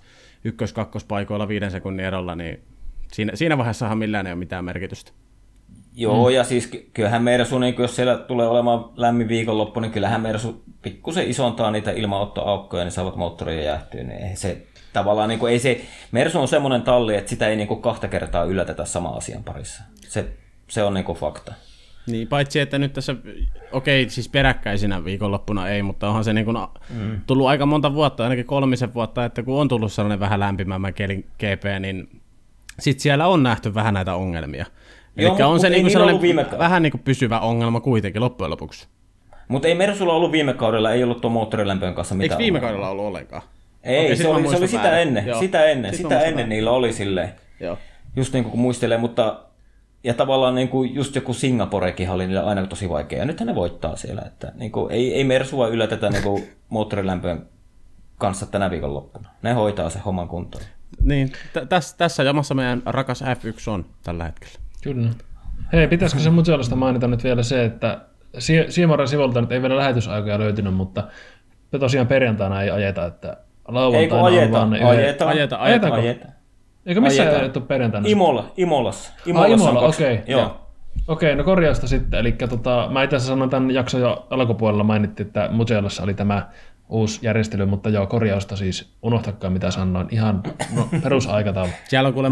1-2 paikoilla 5 sekunnin erolla, niin siinä vaiheessahan millään ei ole mitään merkitystä. Joo, ja siis kyllähän Mersu, niin jos siellä tulee olemaan lämmin viikonloppu, niin kyllähän Mersu pikkusen isontaa niitä ilmanottoaukkoja, niin saavat moottoria jäähtyä. Niin ei se tavallaan, niin kuin, ei se, Mersu on semmoinen talli, että sitä ei niin kuin 2 kertaa yllätetä saman asian parissa. Se on niin kuin fakta. Niin, paitsi että nyt tässä, siis peräkkäisinä viikonloppuna ei, mutta onhan se niin kuin tullut aika monta vuotta, ainakin 3 vuotta, että kun on tullut sellainen vähän lämpimämmän kelin GP, niin sitten siellä on nähty vähän näitä ongelmia. Eli on se niinku sellainen vähän niinku pysyvä ongelma kuitenkin loppujen lopuksi. Mutta ei Mersulla ollut viime kaudella, ei ollut tuon moottorilämpöön kanssa mitään. Eikö viime kaudella ollut ollenkaan? Ei, se oli sitä ennen. Joo. Sitä ennen niillä oli silleen. Joo. Just niin kuin muistelee, mutta ja tavallaan niin kuin just joku Singaporekin oli niillä aina tosi vaikea. Ja nythän ne voittaa siellä. Että niin kuin ei Mersua yllätetä niin kuin moottorilämpöön kanssa tänä viikonloppuna. Ne hoitaa se homman kuntoon. Niin, tässä jamassa meidän rakas F1 on tällä hetkellä. Kyllä. Hei, pitäisikö se Mugellosta mainita nyt vielä se, että Siemoren sivulta nyt ei vielä lähetysaikoja löytynyt, mutta tosiaan perjantaina ei ajeta, että lauantaina on vaan ne Ajetaan. Eikö missään ajettu perjantaina? Imolassa. Imola, okei. Joo. Okei, no korjausta sitten. Eli mä itse asiassa sanoin tämän jakson jo alkupuolella, mainittiin, että Mugellossa oli tämä uusi järjestely, mutta joo, korjausta siis, unohtakaa mitä sanoin, ihan perusaikataulu. Siellä on kuule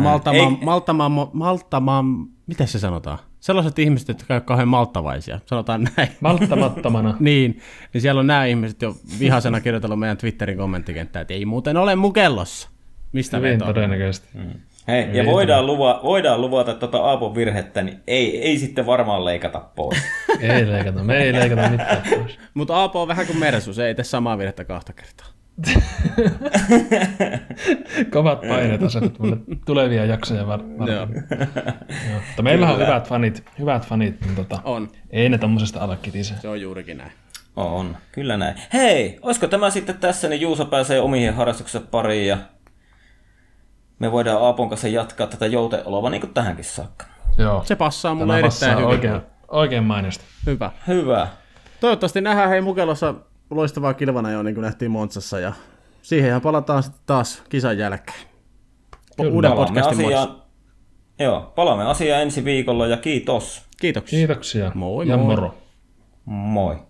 malttamaan, miten se sanotaan? Sellaiset ihmiset, jotka ovat kauhean malttavaisia, sanotaan näin. Malttamattomana. niin siellä on nämä ihmiset jo vihasena kirjoitellut meidän Twitterin kommenttikenttään, että ei muuten ole Mugellossa. Mistä vetoa? Todennäköisesti. Hei, ja voidaan luvata Aapon virhettä, niin ei sitten varmaan leikata pois. Me ei leikata mitään pois. Mutta Aapo on vähän kuin Mersu, se ei tee samaa virhettä 2 kertaa. Kovat paineet asetut mulle tulevia jaksoja varten. Joo. Mutta meillä on hyvät fanit, niin on. Ei ne tommosesta ala kitise. Se on juurikin näin. On, kyllä näin. Hei, olisiko tämä sitten tässä, niin Juuso pääsee omiin harrastuksensa pariin ja me voidaan Aapon kanssa jatkaa tätä jouteoloa niin kuin tähänkin saakka. Joo. Se passaa mulle erittäin hyvin. Oikein mainiosti. Hyvä. Toivottavasti nähdään hei Mukelossa loistavaa kilvana jo, niin kuin nähtiin Montsassa, ja siihenhän palataan sitten taas kisan jälkeen. Uuden podcastin muodossa. Joo, palaamme asiaan ensi viikolla ja kiitos. Kiitoksia. Kiitoksia. Moi ja moi. moro. Moi.